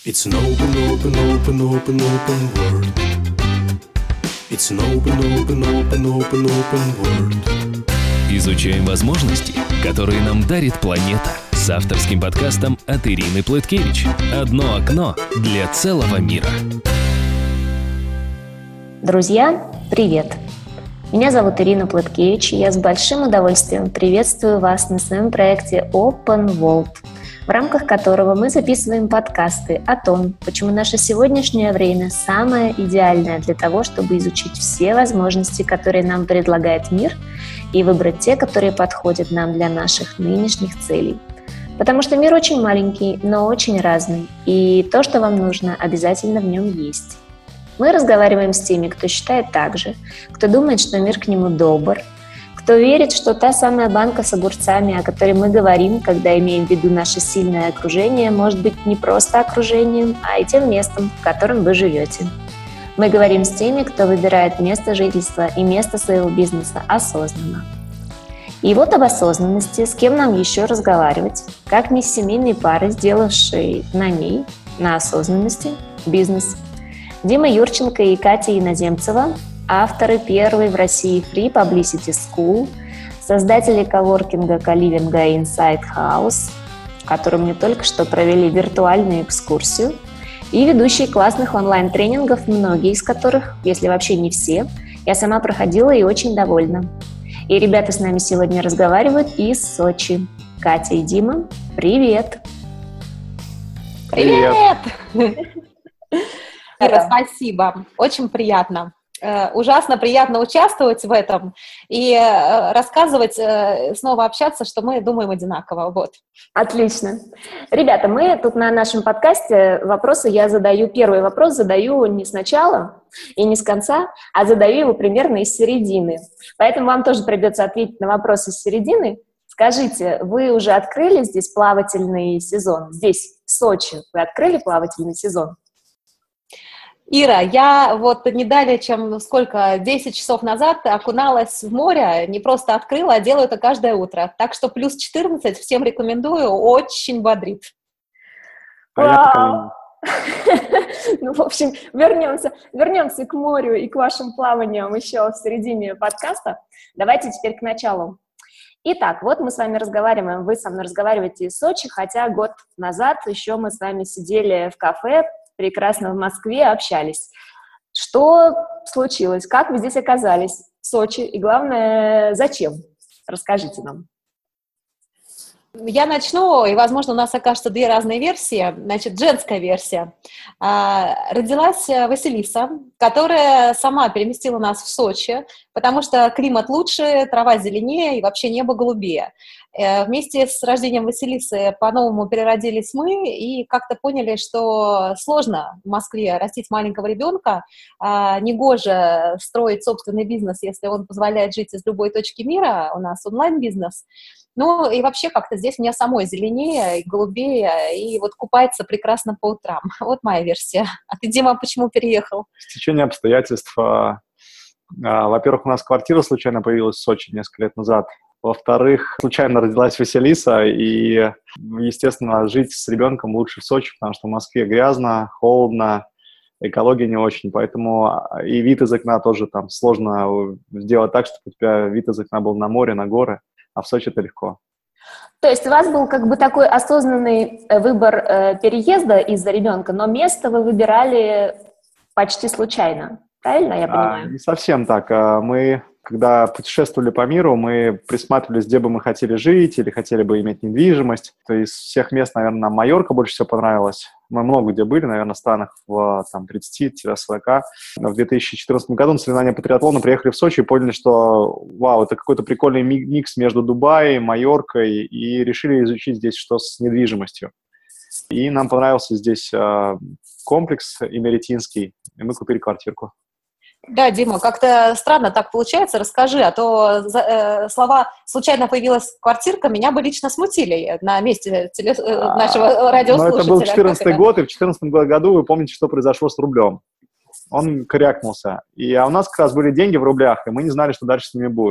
It's an open world. It's an open world. Изучаем возможности, которые нам дарит планета. С авторским подкастом от Ирины Плыткевич. Одно окно для целого мира. Друзья, привет! Меня зовут Ирина Плыткевич, и я с большим удовольствием приветствую вас на своем проекте Open World, в рамках которого мы записываем подкасты о том, почему наше сегодняшнее время самое идеальное для того, чтобы изучить все возможности, которые нам предлагает мир, и выбрать те, которые подходят нам для наших нынешних целей. Потому что мир очень маленький, но очень разный, и то, что вам нужно, обязательно в нем есть. Мы разговариваем с теми, кто считает так же, кто думает, что мир к нему добр, кто верит, что та самая банка с огурцами, о которой мы говорим, когда имеем в виду наше сильное окружение, может быть не просто окружением, а и тем местом, в котором вы живете. Мы говорим с теми, кто выбирает место жительства и место своего бизнеса осознанно. И вот об осознанности, с кем нам еще разговаривать, как не с семейной парой, сделавшей на ней, на осознанности, бизнес. Дима Юрченко и Катя Иноземцева, авторы первой в России Free Publicity School, создатели коворкинга, коливинга Inside House, в котором мне только что провели виртуальную экскурсию, и ведущие классных онлайн-тренингов, многие из которых, если вообще не все, я сама проходила и очень довольна. И ребята с нами сегодня разговаривают из Сочи. Катя и Дима, привет! Привет! Ира, спасибо. Очень приятно. Ужасно приятно участвовать в этом и рассказывать, снова общаться, что мы думаем одинаково. Вот. Отлично. Ребята, мы тут на нашем подкасте первый вопрос задаю не сначала и не с конца, а задаю его примерно из середины. Поэтому вам тоже придется ответить на вопрос из середины. Скажите, вы уже открыли здесь плавательный сезон? Здесь, в Сочи, вы открыли плавательный сезон? Ира, я вот не далее, чем 10 часов назад окуналась в море, не просто открыла, а делаю это каждое утро. Так что плюс 14 всем рекомендую, очень бодрит. Вау! Ну, в общем, вернемся к морю и к вашим плаваниям еще в середине подкаста. Давайте теперь к началу. Итак, вот мы с вами разговариваем, вы со мной разговариваете из Сочи, хотя год назад еще мы с вами сидели в кафе, прекрасно в Москве, общались. Что случилось? Как вы здесь оказались, в Сочи? И главное, зачем? Расскажите нам. Я начну, и, возможно, у нас окажется две разные версии. Значит, женская версия. Родилась Василиса, которая сама переместила нас в Сочи, потому что климат лучше, трава зеленее и вообще небо голубее. Вместе с рождением Василисы по-новому переродились мы и как-то поняли, что сложно в Москве растить маленького ребенка, негоже строить собственный бизнес, если он позволяет жить из любой точки мира, у нас онлайн-бизнес. Ну, и вообще как-то здесь у меня самой зеленее и голубее, и вот купается прекрасно по утрам. Вот моя версия. А ты, Дима, почему переехал? Стечение обстоятельств. Во-первых, у нас квартира случайно появилась в Сочи несколько лет назад. Во-вторых, случайно родилась Василиса, и, естественно, жить с ребенком лучше в Сочи, потому что в Москве грязно, холодно, экология не очень, поэтому и вид из окна тоже там сложно сделать так, чтобы у тебя вид из окна был на море, на горы. А в Сочи это легко. То есть у вас был как бы такой осознанный выбор переезда из-за ребенка, но место вы выбирали почти случайно, правильно я понимаю? Не совсем так. Мы, когда путешествовали по миру, мы присматривались, где бы мы хотели жить или хотели бы иметь недвижимость. То есть из всех мест, наверное, нам Майорка больше всего понравилась. Мы много где были, наверное, в странах в 30-40. В 2014 году на соревнования по триатлону приехали в Сочи и поняли, что вау, это какой-то прикольный микс между Дубаем, Майоркой, и решили изучить здесь что с недвижимостью. И нам понравился здесь комплекс Имеретинский, и мы купили квартирку. Да, Дима, как-то странно так получается, расскажи, а то слова «случайно появилась квартирка» меня бы лично смутили на месте нашего радиослушателя. Это был 2014 год, и в 2014 году вы помните, что произошло с рублем. Он крякнулся. А у нас как раз были деньги в рублях, и мы не знали, что дальше с ними будет.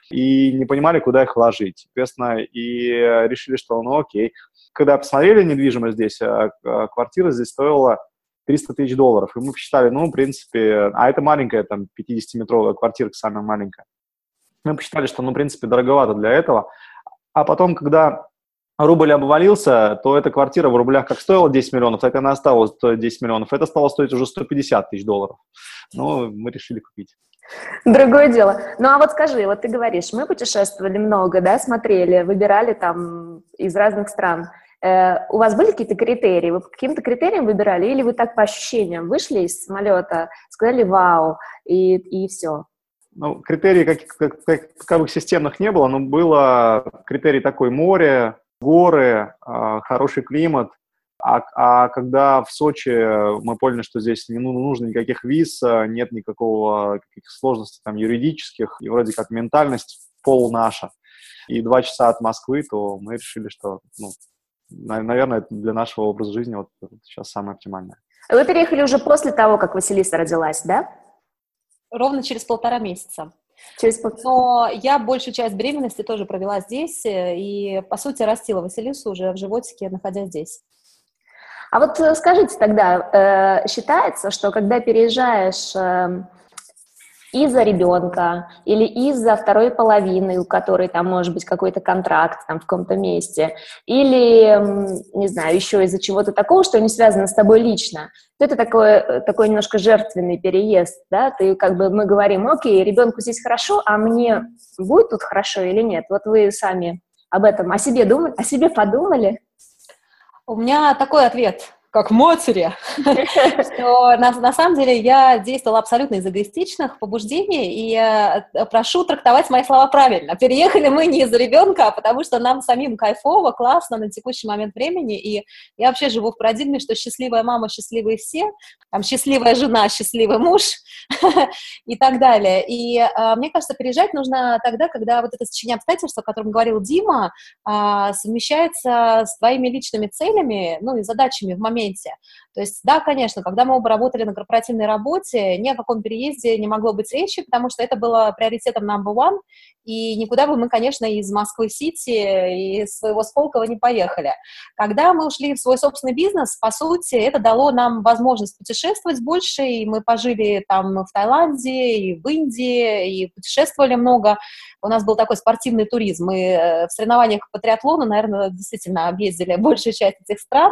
и не понимали, куда их вложить. Соответственно, и решили, что ну окей. Когда посмотрели недвижимость здесь, квартира здесь стоила $300 тысяч. И мы посчитали, ну, в принципе, а это маленькая, там, 50-метровая квартирка, самая маленькая. Мы посчитали, что, ну, в принципе, дороговато для этого. А потом, когда рубль обвалился, то эта квартира в рублях как стоила 10 миллионов, так она осталась стоить 10 миллионов. Это стало стоить уже $150 тысяч. Ну, мы решили купить. Другое дело. Ну, а вот скажи, вот ты говоришь, мы путешествовали много, да, смотрели, выбирали там из разных стран. У вас были какие-то критерии? Вы по каким-то критериям выбирали? Или вы так по ощущениям вышли из самолета, сказали «вау» и все? Ну, критерий таковых системных не было, но было критерий такой: море, горы, хороший климат. А когда в Сочи мы поняли, что здесь не нужно никаких виз, нет каких сложностей там юридических, и вроде как ментальность пол наша, и 2 часа от Москвы, то мы решили, что, ну, наверное, это для нашего образа жизни вот сейчас самое оптимальное. Вы переехали уже после того, как Василиса родилась, да? Ровно через 1,5 месяца. Через... Но я большую часть беременности тоже провела здесь и, по сути, растила Василису уже в животике, находясь здесь. А вот скажите тогда, считается, что когда переезжаешь из-за ребенка или из-за второй половины, у которой там может быть какой-то контракт там в каком-то месте, или, не знаю, еще из-за чего-то такого, что не связано с тобой лично, то это такой немножко жертвенный переезд, да, ты как бы, мы говорим, окей, ребенку здесь хорошо, а мне будет тут хорошо или нет? Вот вы сами об этом, о себе подумали? У меня такой ответ, как матери, что на самом деле я действовала абсолютно из эгоистичных побуждений, и прошу трактовать мои слова правильно. Переехали мы не из-за ребенка, а потому что нам самим кайфово, классно на текущий момент времени, и я вообще живу в парадигме, что счастливая мама, счастливые все, там, счастливая жена, счастливый муж и так далее. И мне кажется, переезжать нужно тогда, когда вот это сочинение обстоятельств, о котором говорил Дима, совмещается с твоими личными целями, ну и задачами в моменте. То есть, да, конечно, когда мы оба работали на корпоративной работе, ни о каком переезде не могло быть речи, потому что это было приоритетом number one, и никуда бы мы, конечно, из Москвы-Сити и из своего Сколково не поехали. Когда мы ушли в свой собственный бизнес, по сути, это дало нам возможность путешествовать больше, и мы пожили там в Таиланде, и в Индии, и путешествовали много. У нас был такой спортивный туризм. Мы в соревнованиях по триатлону, наверное, действительно объездили большую часть этих стран.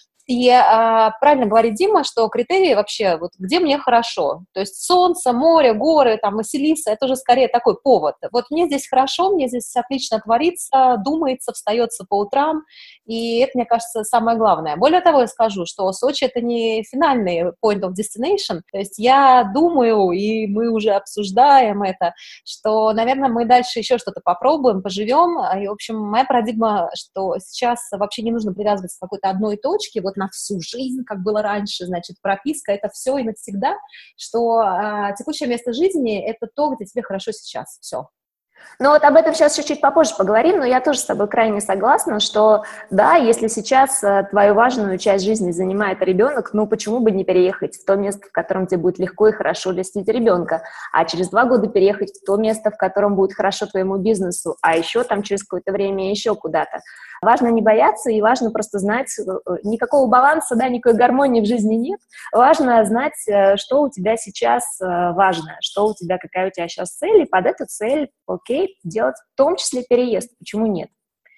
И правильно говорит Дима, что критерии вообще, вот где мне хорошо. То есть солнце, море, горы, там, Василиса, это уже скорее такой повод. Вот мне здесь хорошо, мне здесь отлично творится, думается, встается по утрам, и это, мне кажется, самое главное. Более того, я скажу, что Сочи — это не финальный point of destination, то есть я думаю, и мы уже обсуждаем это, что, наверное, мы дальше еще что-то попробуем, поживем, и, в общем, моя парадигма, что сейчас вообще не нужно привязываться к какой-то одной точке, вот на всю жизнь, как было раньше, значит, прописка — это все и навсегда, что текущее место жизни — это то, где тебе хорошо сейчас, все. Ну вот об этом сейчас чуть-чуть попозже поговорим, но я тоже с тобой крайне согласна, что да, если сейчас твою важную часть жизни занимает ребенок, ну почему бы не переехать в то место, в котором тебе будет легко и хорошо растить ребенка, а через 2 года переехать в то место, в котором будет хорошо твоему бизнесу, а еще там через какое-то время еще куда-то. Важно не бояться и важно просто знать, никакого баланса, да, никакой гармонии в жизни нет. Важно знать, что у тебя сейчас важно, что у тебя, какая у тебя сейчас цель, и под эту цель, окей, делать в том числе переезд. Почему нет?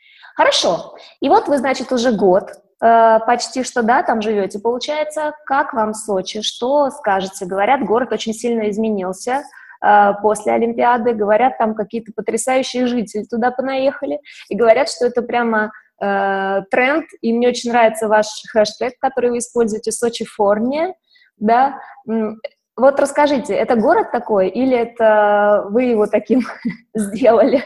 Хорошо. И вот вы, значит, уже год почти что, да, там живете. Получается, как вам Сочи? Что скажете? Говорят, город очень сильно изменился после Олимпиады, говорят, там какие-то потрясающие жители туда понаехали, и говорят, что это прямо тренд, и мне очень нравится ваш хэштег, который вы используете, Сочи-формия, да. Вот расскажите, это город такой, или это вы его таким сделали?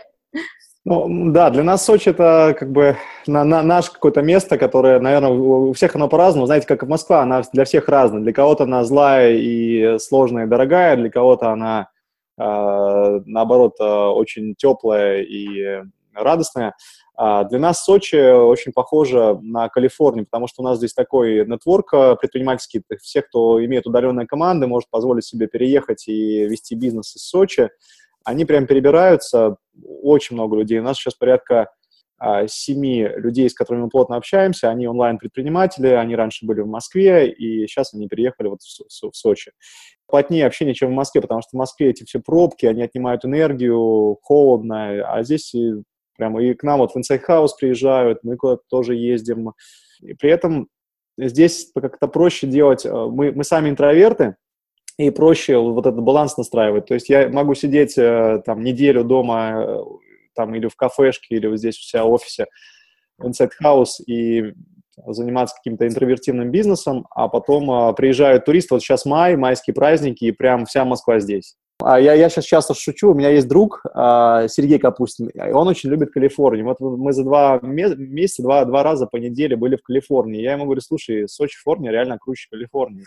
Ну, да, для нас Сочи — это как бы наше какое-то место, которое, наверное, у всех оно по-разному. Знаете, как и Москва, она для всех разная. Для кого-то она злая и сложная и дорогая, для кого-то она, наоборот, очень теплая и радостная. Для нас Сочи очень похоже на Калифорнию, потому что у нас здесь такой нетворк предпринимательский. Все, кто имеет удаленные команды, может позволить себе переехать и вести бизнес из Сочи. Они прям перебираются очень много людей. У нас сейчас порядка 7 людей, с которыми мы плотно общаемся. Они онлайн-предприниматели, они раньше были в Москве, и сейчас они переехали вот в Сочи. Плотнее общение, чем в Москве, потому что в Москве эти все пробки, они отнимают энергию, холодно, а здесь прямо и к нам вот в Inside House приезжают, мы куда-то тоже ездим. И при этом здесь как-то проще делать, мы сами интроверты, и проще вот этот баланс настраивать. То есть я могу сидеть там неделю дома там или в кафешке, или вот здесь у себя в офисе в Inside House и заниматься каким-то интровертивным бизнесом, а потом приезжают туристы. Вот сейчас майские праздники, и прям вся Москва здесь. Я сейчас часто шучу, у меня есть друг Сергей Капустин, и он очень любит Калифорнию. Вот мы за 2 месяца, два раза по неделе были в Калифорнии. Я ему говорю, слушай, Сочи, Формия реально круче Калифорнии.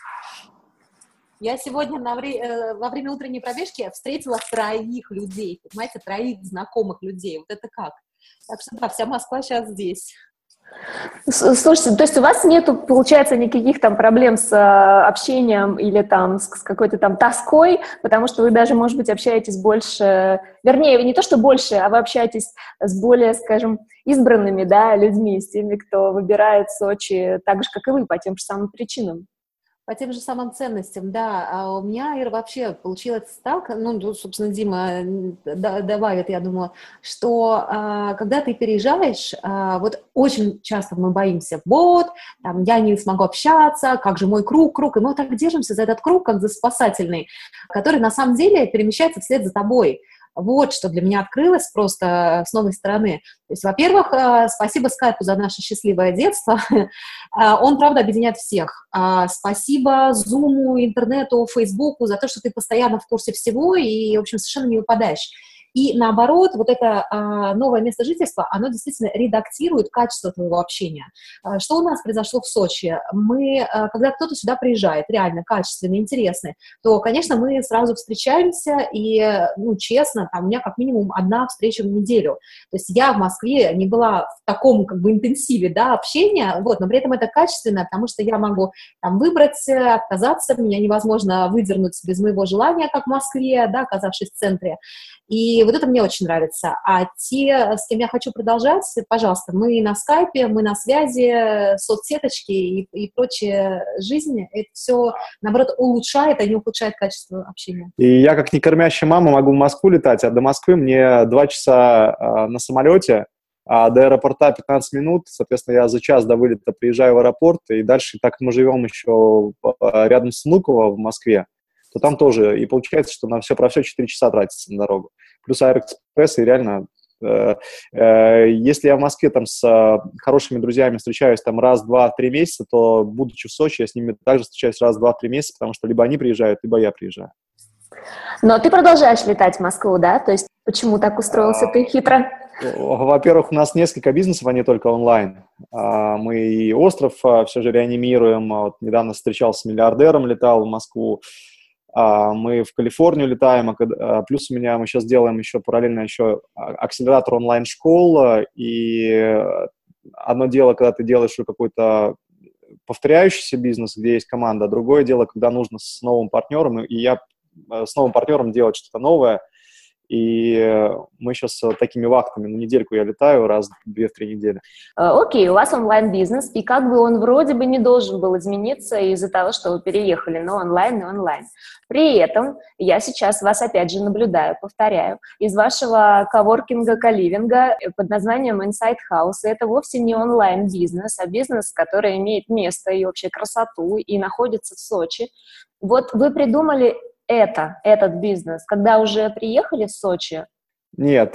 Я сегодня во время утренней пробежки встретила 3 людей, понимаете, 3 знакомых людей. Вот это как? Так что да, вся Москва сейчас здесь. Слушайте, то есть у вас нету, получается, никаких там проблем с общением или там с какой-то там тоской, потому что вы даже, может быть, общаетесь больше, вернее, не то, что больше, а вы общаетесь с более, скажем, избранными, да, людьми, с теми, кто выбирает Сочи так же, как и вы, по тем же самым причинам. По тем же самым ценностям, да. А у меня, Ира, вообще получилось так, ну, собственно, Дима добавит, я думаю, что когда ты переезжаешь, вот очень часто мы боимся, вот, там, я не смогу общаться, как же мой круг, и мы вот так держимся за этот круг, как за спасательный, который на самом деле перемещается вслед за тобой. Вот что для меня открылось просто с новой стороны. То есть, во-первых, спасибо скайпу за наше счастливое детство. Он, правда, объединяет всех. Спасибо Зуму, интернету, Фейсбуку за то, что ты постоянно в курсе всего и, в общем, совершенно не выпадаешь. И наоборот, вот это новое место жительства, оно действительно редактирует качество твоего общения. Что у нас произошло в Сочи? Когда кто-то сюда приезжает, реально качественный, интересный, то, конечно, мы сразу встречаемся, и, ну, честно, там у меня как минимум 1 встреча в неделю. То есть я в Москве не была в таком, как бы, интенсиве, да, общения, вот, но при этом это качественно, потому что я могу там выбрать, отказаться, меня невозможно выдернуть без моего желания, как в Москве, да, оказавшись в центре. И вот это мне очень нравится. А те, с кем я хочу продолжать, пожалуйста, мы на скайпе, мы на связи, соцсеточки и прочая жизнь, это все, наоборот, улучшает, а не ухудшает качество общения. И я, как некормящая мама, могу в Москву летать, а до Москвы мне 2 часа на самолете, а до аэропорта 15 минут, соответственно, я за час до вылета приезжаю в аэропорт, и дальше, так как мы живем еще рядом с Внуково в Москве, то там тоже, и получается, что на все про все 4 часа тратится на дорогу. Плюс Аэроэкспресс, и реально, если я в Москве там с хорошими друзьями встречаюсь там раз, 2, 3 месяца, то, будучи в Сочи, я с ними также встречаюсь раз, 2, 3 месяца, потому что либо они приезжают, либо я приезжаю. Но ты продолжаешь летать в Москву, да? То есть почему так устроился ты хитро? Во-первых, у нас несколько бизнесов, а не только онлайн. Мы и остров все же реанимируем. Вот недавно встречался с миллиардером, летал в Москву. Мы в Калифорнию летаем, плюс мы сейчас делаем еще параллельно еще акселератор онлайн-школ, и одно дело, когда ты делаешь какой-то повторяющийся бизнес, где есть команда, а другое дело, когда нужно с новым партнером, и я с новым партнером делать что-то новое, и мы сейчас такими вахтами на недельку я летаю раз в 2-3 недели. Окей, у вас онлайн-бизнес, и как бы он вроде бы не должен был измениться из-за того, что вы переехали на онлайн и онлайн. При этом я сейчас вас опять же наблюдаю, повторяю, из вашего коворкинга, каливинга под названием Inside House. Это вовсе не онлайн-бизнес, а бизнес, который имеет место и вообще красоту, и находится в Сочи. Вот вы придумали этот бизнес, когда уже приехали в Сочи? Нет,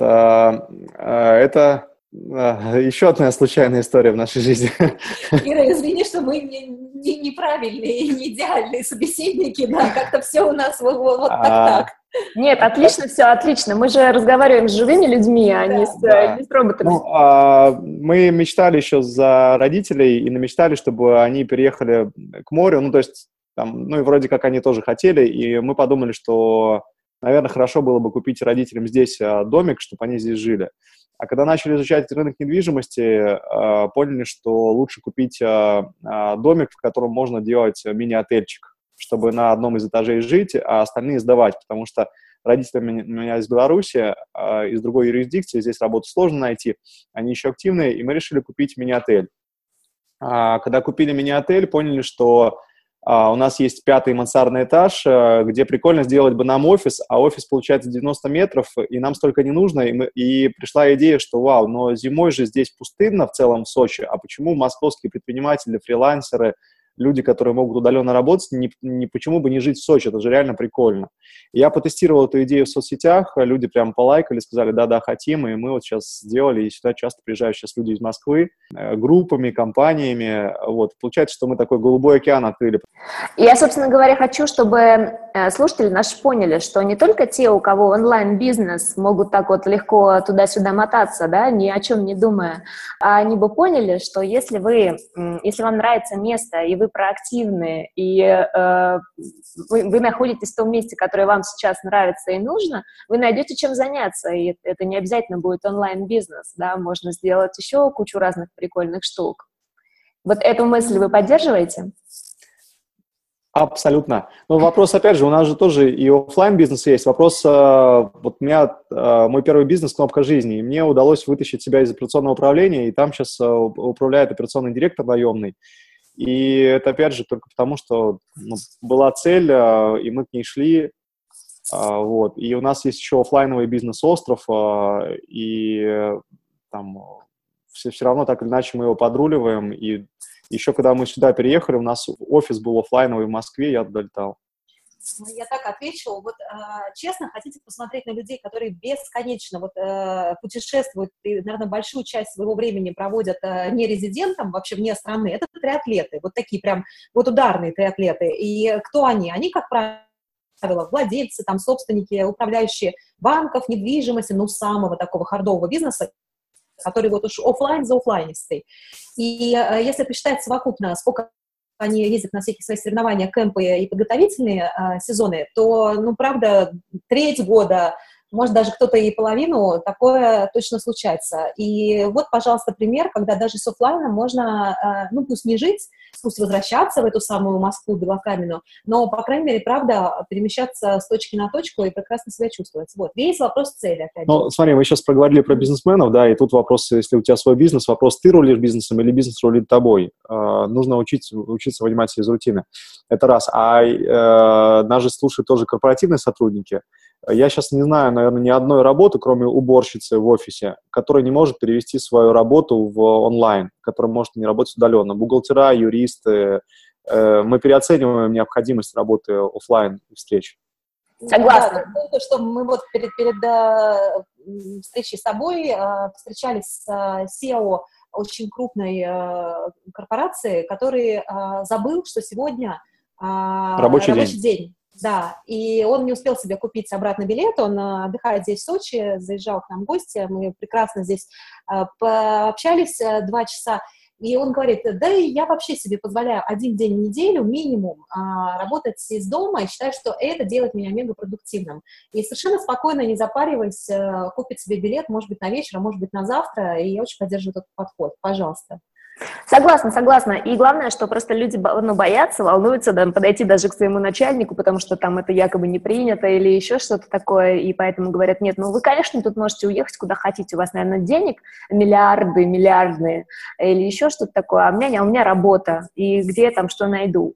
это еще одна случайная история в нашей жизни. Ира, извини, что мы неправильные, не идеальные собеседники, да, как-то все у нас вот так. Нет, отлично, все отлично. Мы же разговариваем с живыми людьми, а не с роботами. Мы мечтали еще за родителей и намечтали, чтобы они переехали к морю, ну, то есть там, ну, и вроде как они тоже хотели, и мы подумали, что, наверное, хорошо было бы купить родителям здесь домик, чтобы они здесь жили. А когда начали изучать рынок недвижимости, поняли, что лучше купить домик, в котором можно делать мини-отельчик, чтобы на одном из этажей жить, а остальные сдавать, потому что родители у меня из Беларуси, из другой юрисдикции, здесь работу сложно найти, они еще активные, и мы решили купить мини-отель. Когда купили мини-отель, поняли, что у нас есть 5-й мансардный этаж, где прикольно сделать бы нам офис, а офис получается 90 метров, и нам столько не нужно, и пришла идея, что вау, но зимой же здесь пустынно в целом в Сочи, а почему московские предприниматели, фрилансеры, люди, которые могут удаленно работать, почему бы не жить в Сочи, это же реально прикольно. Я потестировал эту идею в соцсетях, люди прям полайкали, сказали, да-да, хотим, и мы вот сейчас сделали, и сюда часто приезжают сейчас люди из Москвы, группами, компаниями, вот. Получается, что мы такой голубой океан открыли. Я, собственно говоря, хочу, чтобы слушатели наши поняли, что не только те, у кого онлайн-бизнес, могут так вот легко туда-сюда мотаться, да, ни о чем не думая, а они бы поняли, что если вам нравится место, и вы проактивны, и вы находитесь в том месте, которое вам сейчас нравится и нужно, вы найдете чем заняться, и это не обязательно будет онлайн-бизнес, да, можно сделать еще кучу разных прикольных штук. Вот эту мысль вы поддерживаете? Абсолютно. Но вопрос, опять же, у нас же тоже и офлайн бизнес есть. Вопрос, вот у меня мой первый бизнес «Кнопка жизни», и мне удалось вытащить себя из операционного управления, и там сейчас управляет операционный директор наемный. И это, опять же, только потому, что была цель, и мы к ней шли. Вот. И у нас есть еще офлайновый бизнес-остров, и там все равно так или иначе мы его подруливаем. И еще когда мы сюда переехали, у нас офис был офлайновый в Москве, я туда летал. Я так отвечу. Вот честно, хотите посмотреть на людей, которые бесконечно путешествуют и, наверное, большую часть своего времени проводят не резидентом, вообще вне страны, это триатлеты, вот такие прям вот ударные триатлеты. И кто они? Они, как правило, владельцы, там, собственники, управляющие банков, недвижимости, самого такого хардового бизнеса, который вот уж офлайн за офлайнистой. И если посчитать совокупно, сколько они ездят на всякие свои соревнования, кемпы и подготовительные сезоны, то, правда, треть года, может, даже кто-то и половину, такое точно случается. И вот, пожалуйста, пример, когда даже с офлайном можно, пусть не жить, пусть возвращаться в эту самую Москву белокаменную, но, по крайней мере, правда, перемещаться с точки на точку и прекрасно себя чувствовать. Вот. Весь вопрос цели, опять же. Смотри, мы сейчас проговорили про бизнесменов, да, и тут вопрос, если у тебя свой бизнес, вопрос, ты рулишь бизнесом или бизнес рулит тобой. Нужно учиться вынимать из рутины. Это раз. Нас же слушают тоже корпоративные сотрудники. Я сейчас не знаю, наверное, ни одной работы, кроме уборщицы в офисе, которая не может перевести свою работу в онлайн, которая может не работать удаленно. Бухгалтера, юристы. Мы переоцениваем необходимость работы офлайн встреч. Согласна. Да, что мы вот перед встречей с тобой встречались с SEO очень крупной корпорации, который забыл, что сегодня рабочий день. Да, и он не успел себе купить обратно билет, он отдыхает здесь, в Сочи, заезжал к нам в гости, мы прекрасно здесь пообщались 2 часа, и он говорит, да я вообще себе позволяю 1 день в неделю минимум работать из дома, и считаю, что это делает меня мегапродуктивным. И совершенно спокойно, не запариваясь, купит себе билет, может быть, на вечер, а может быть, на завтра, и я очень поддерживаю этот подход. Пожалуйста. Согласна. И главное, что просто люди боятся, волнуются подойти даже к своему начальнику, потому что там это якобы не принято или еще что-то такое, и поэтому говорят, нет, вы, конечно, тут можете уехать куда хотите, у вас, наверное, денег миллиардные или еще что-то такое, а у меня работа, и где я там что найду.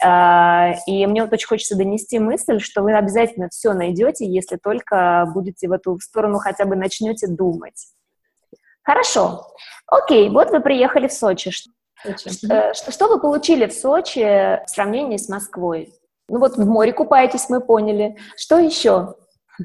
И мне вот очень хочется донести мысль, что вы обязательно все найдете, если только будете в эту сторону хотя бы начнете думать. Хорошо. Окей, вот вы приехали в Сочи. Что вы получили в Сочи в сравнении с Москвой? Вот в море купаетесь, мы поняли. Что еще?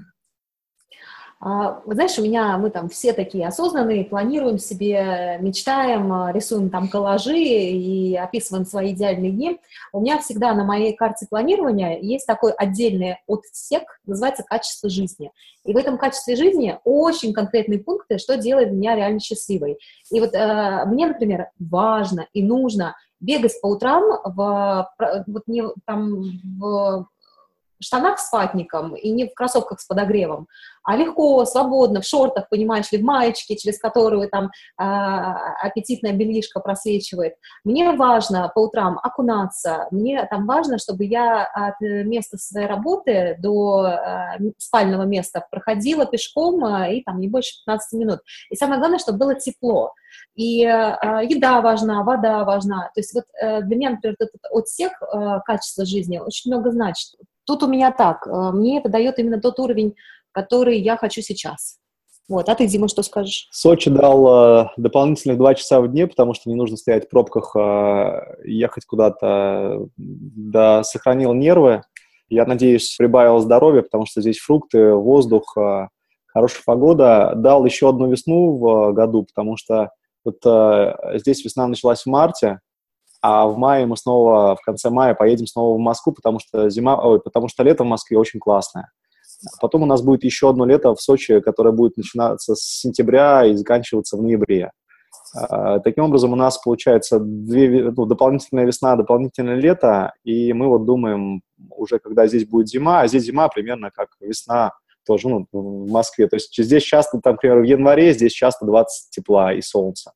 Вы знаешь, мы там все такие осознанные, планируем себе, мечтаем, рисуем там коллажи и описываем свои идеальные дни. У меня всегда на моей карте планирования есть такой отдельный отсек, называется «Качество жизни». И в этом качестве жизни очень конкретные пункты, что делает меня реально счастливой. И вот мне, например, важно и нужно бегать по утрам в штанах с ватником и не в кроссовках с подогревом, а легко, свободно, в шортах, понимаешь ли, в маечке, через которую там аппетитная бельишко просвечивает. Мне важно по утрам окунаться, мне там важно, чтобы я от места своей работы до спального места проходила пешком и там не больше 15 минут. И самое главное, чтобы было тепло. И еда важна, вода важна. То есть вот для меня, например, этот отсек качества жизни очень много значит. Тут у меня так, мне это дает именно тот уровень, который я хочу сейчас. Вот, а ты, Дима, что скажешь? Сочи дал дополнительных 2 часа в дне, потому что не нужно стоять в пробках, ехать куда-то, да, сохранил нервы. Я надеюсь, прибавил здоровья, потому что здесь фрукты, воздух, хорошая погода. Дал еще одну весну в году, потому что вот здесь весна началась в марте, а в мае мы снова, в конце мая поедем снова в Москву, потому что лето в Москве очень классное. Потом у нас будет еще одно лето в Сочи, которое будет начинаться с сентября и заканчиваться в ноябре. Таким образом, у нас получается дополнительная весна, дополнительное лето, и мы вот думаем уже, когда здесь будет зима, а здесь зима примерно как весна тоже, в Москве. То есть здесь часто, там, например, в январе, здесь часто 20 тепла и солнца.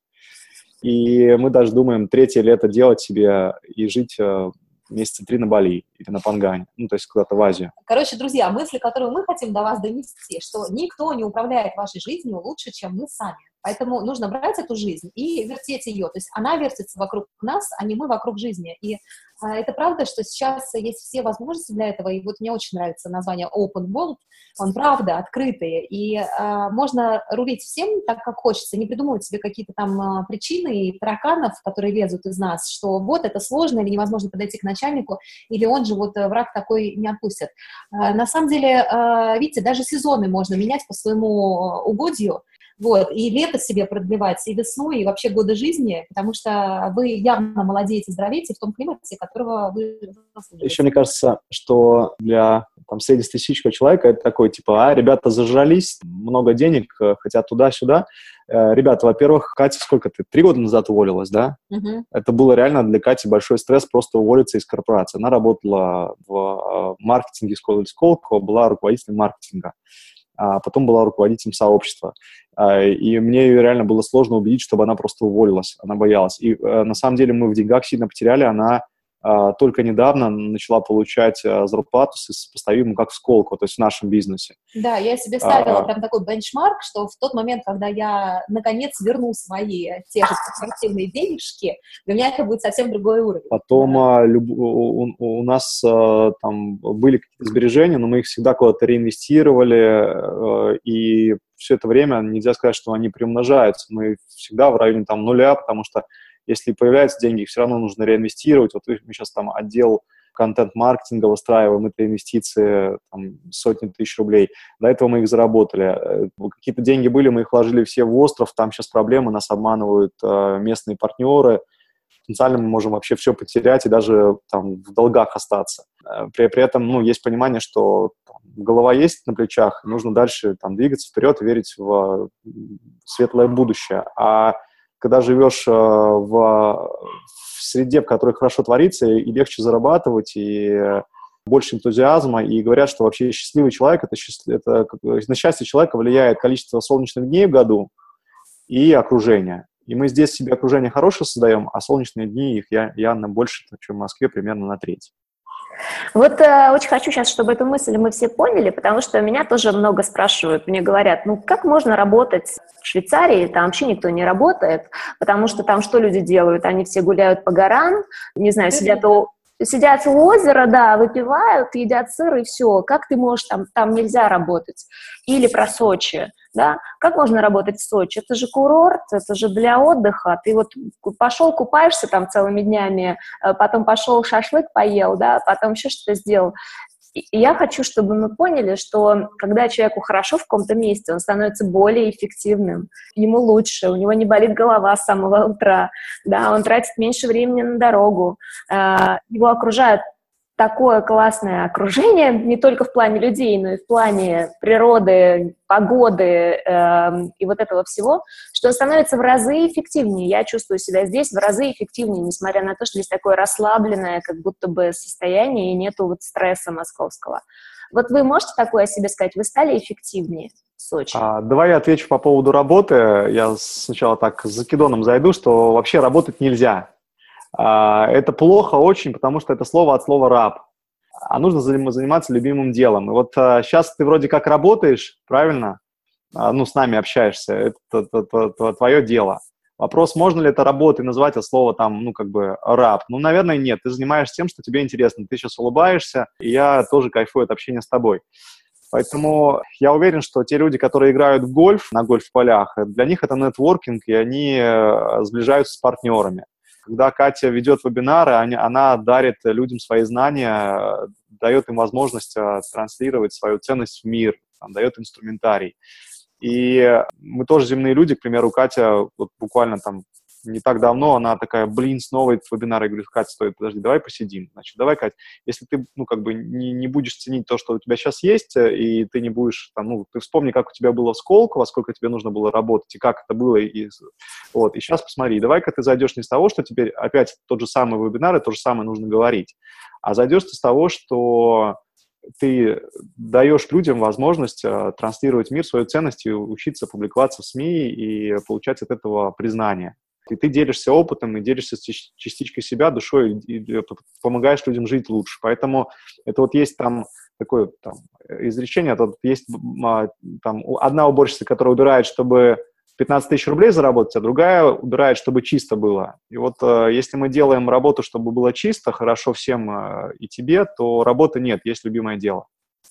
И мы даже думаем 3-е лето делать себе и жить месяца 3 на Бали или на Пангане, то есть куда-то в Азию. Короче, друзья, мысли, которые мы хотим до вас донести, что никто не управляет вашей жизнью лучше, чем мы сами. Поэтому нужно брать эту жизнь и вертеть ее. То есть она вертится вокруг нас, а не мы вокруг жизни. И это правда, что сейчас есть все возможности для этого. И вот мне очень нравится название Open World. Он правда открытый. И можно рулить всем так, как хочется. Не придумывать себе какие-то там причины и тараканов, которые лезут из нас, что вот это сложно или невозможно подойти к начальнику, или он же вот враг такой не отпустит. На самом деле, видите, даже сезоны можно менять по своему угодью. Вот, и лето себе продлевать, и весну, и вообще годы жизни, потому что вы явно молодеете, здоровеете в том климате, которого вы заслуживаете. Еще мне кажется, что для среднестатистического человека это такой, типа, ребята зажрались, много денег, хотят туда-сюда. Ребята, во-первых, Катя, сколько ты? 3 года назад уволилась, да? Угу. Это было реально для Кати большой стресс просто уволиться из корпорации. Она работала в маркетинге Сколково, была руководителем маркетинга. А потом была руководителем сообщества. И мне ее реально было сложно убедить, чтобы она просто уволилась. Она боялась. И на самом деле мы в деньгах сильно потеряли. Она только недавно начала получать зарплату сопоставимую, как в Сколково, то есть в нашем бизнесе. Да, я себе ставила прям такой бенчмарк, что в тот момент, когда я, наконец, верну свои те же корпоративные денежки, для меня это будет совсем другой уровень. Потом у нас там были какие-то сбережения, но мы их всегда куда-то реинвестировали, и все это время нельзя сказать, что они приумножаются. Мы всегда в районе там 0, потому что если появляются деньги, их все равно нужно реинвестировать. Вот мы сейчас там отдел контент-маркетинга выстраиваем, это инвестиции там, сотни тысяч рублей. До этого мы их заработали. Какие-то деньги были, мы их вложили все в остров, там сейчас проблемы, нас обманывают местные партнеры. Потенциально мы можем вообще все потерять и даже там, в долгах остаться. При этом есть понимание, что голова есть на плечах, нужно дальше там, двигаться вперед и верить в светлое будущее. А когда живешь в среде, в которой хорошо творится, и легче зарабатывать, и больше энтузиазма, и говорят, что вообще счастливый человек, на счастье человека влияет количество солнечных дней в году и окружение. И мы здесь себе окружение хорошее создаем, а солнечные дни их явно больше, чем в Москве, примерно на треть. Вот очень хочу сейчас, чтобы эту мысль мы все поняли, потому что меня тоже много спрашивают, мне говорят, как можно работать в Швейцарии, там вообще никто не работает, потому что там что люди делают? Они все гуляют по горам, не знаю, сидят у озера, да, выпивают, едят сыр и все. Как ты можешь, там нельзя работать? Или про Сочи, да? Как можно работать в Сочи? Это же курорт, это же для отдыха. Ты вот пошел, купаешься там целыми днями, потом пошел шашлык поел, да, потом еще что-то сделал. И я хочу, чтобы мы поняли, что когда человеку хорошо в каком-то месте, он становится более эффективным, ему лучше, у него не болит голова с самого утра, да, он тратит меньше времени на дорогу, его окружают такое классное окружение, не только в плане людей, но и в плане природы, погоды и вот этого всего, что он становится в разы эффективнее. Я чувствую себя здесь в разы эффективнее, несмотря на то, что здесь такое расслабленное, как будто бы состояние, и нету вот стресса московского. Вот вы можете такое о себе сказать? Вы стали эффективнее в Сочи? Давай я отвечу по поводу работы. Я сначала так с закидоном зайду, что вообще работать нельзя. Это плохо очень, потому что это слово от слова «раб». А нужно заниматься любимым делом. И вот сейчас ты вроде как работаешь, правильно? С нами общаешься. Это твое дело. Вопрос, можно ли это работой назвать от слова «раб». Наверное, нет. Ты занимаешься тем, что тебе интересно. Ты сейчас улыбаешься, и я тоже кайфую от общения с тобой. Поэтому я уверен, что те люди, которые играют в гольф на гольф-полях, для них это нетворкинг, и они сближаются с партнерами. Когда Катя ведет вебинары, она дарит людям свои знания, дает им возможность транслировать свою ценность в мир, дает инструментарий. И мы тоже земные люди, к примеру, Катя вот буквально не так давно, она такая, снова этот вебинар. Я говорю, Катя, стой, подожди, давай посидим. Значит, давай, Катя, если ты, не будешь ценить то, что у тебя сейчас есть, и ты не будешь, ты вспомни, как у тебя было в Сколково, во сколько тебе нужно было работать, и как это было, и сейчас посмотри, давай-ка ты зайдешь не с того, что теперь опять тот же самый вебинар, и то же самое нужно говорить, а зайдешь ты с того, что ты даешь людям возможность транслировать в мир свою ценность и учиться публиковаться в СМИ и получать от этого признание. И ты делишься опытом, и делишься частичкой себя, душой, и помогаешь людям жить лучше. Поэтому это вот есть такое изречение, есть одна уборщица, которая убирает, чтобы 15 тысяч рублей заработать, а другая убирает, чтобы чисто было. И вот если мы делаем работу, чтобы было чисто, хорошо всем и тебе, то работы нет, есть любимое дело.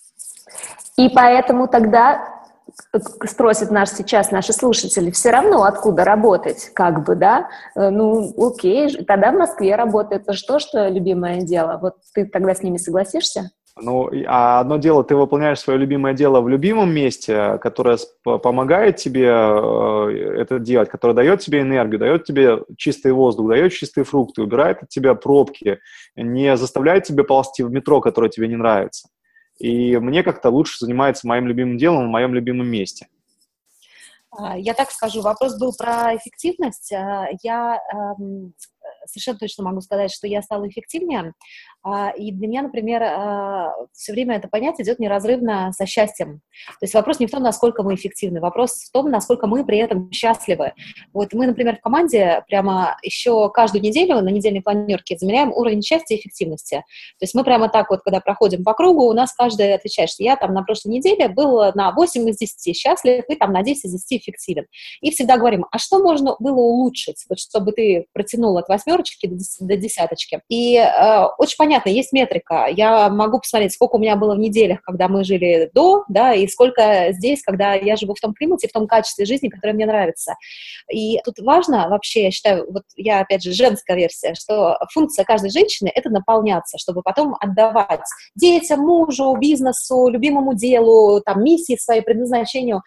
И поэтому тогда спросят сейчас наши слушатели, все равно откуда работать, да? Окей, тогда в Москве работает. Это что любимое дело? Вот ты тогда с ними согласишься? А одно дело, ты выполняешь свое любимое дело в любимом месте, которое помогает тебе это делать, которое дает тебе энергию, дает тебе чистый воздух, дает чистые фрукты, убирает от тебя пробки, не заставляет тебя ползти в метро, которое тебе не нравится. И мне как-то лучше заниматься моим любимым делом в моем любимом месте. Я так скажу, вопрос был про эффективность. Я совершенно точно могу сказать, что я стала эффективнее. И для меня, например, все время это понятие идет неразрывно со счастьем. То есть вопрос не в том, насколько мы эффективны, вопрос в том, насколько мы при этом счастливы. Вот мы, например, в команде прямо еще каждую неделю на недельной планерке замеряем уровень счастья и эффективности. То есть мы прямо так вот, когда проходим по кругу, у нас каждый отвечает, что я на прошлой неделе был на 8 из 10 счастлив и на 10 из 10 эффективен. И всегда говорим, а что можно было улучшить, вот, чтобы ты протянул от 8 до 10. И очень понятно, есть метрика. Я могу посмотреть, сколько у меня было в неделях, когда мы жили до, и сколько здесь, когда я живу в том климате, в том качестве жизни, которое мне нравится. И тут важно вообще, я считаю, вот я, опять же, женская версия, что функция каждой женщины – это наполняться, чтобы потом отдавать детям, мужу, бизнесу, любимому делу, миссии своей, предназначению.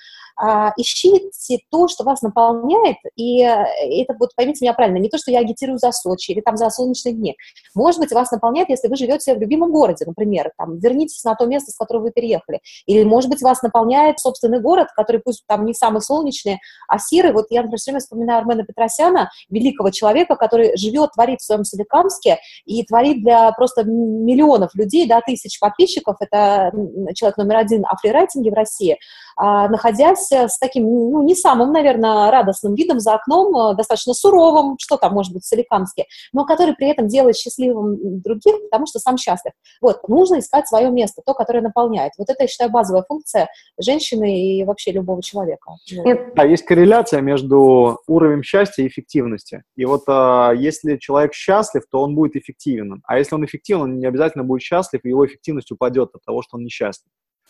Ищите то, что вас наполняет, и это, вот поймите меня правильно, не то, что я агитирую за Сочи или за солнечные дни. Может быть, вас наполняет, если вы живете в любимом городе, например, вернитесь на то место, с которого вы переехали. Или, может быть, вас наполняет собственный город, который пусть не самый солнечный, а серый. Вот я, например, все время вспоминаю Армена Петросяна, великого человека, который живет, творит в своем Соликамске и творит для просто миллионов людей, тысяч подписчиков. Это человек номер 1 о фрирайтинге в России, находясь с таким, не самым, наверное, радостным видом за окном, достаточно суровым, что там может быть в Соликамске, но который при этом делает счастливым других, потому что сам счастлив. Вот, нужно искать свое место, то, которое наполняет. Вот это, я считаю, базовая функция женщины и вообще любого человека. Да, есть корреляция между уровнем счастья и эффективности. И вот если человек счастлив, то он будет эффективен. А если он эффективен, он не обязательно будет счастлив, и его эффективность упадет от того, что он несчастлив.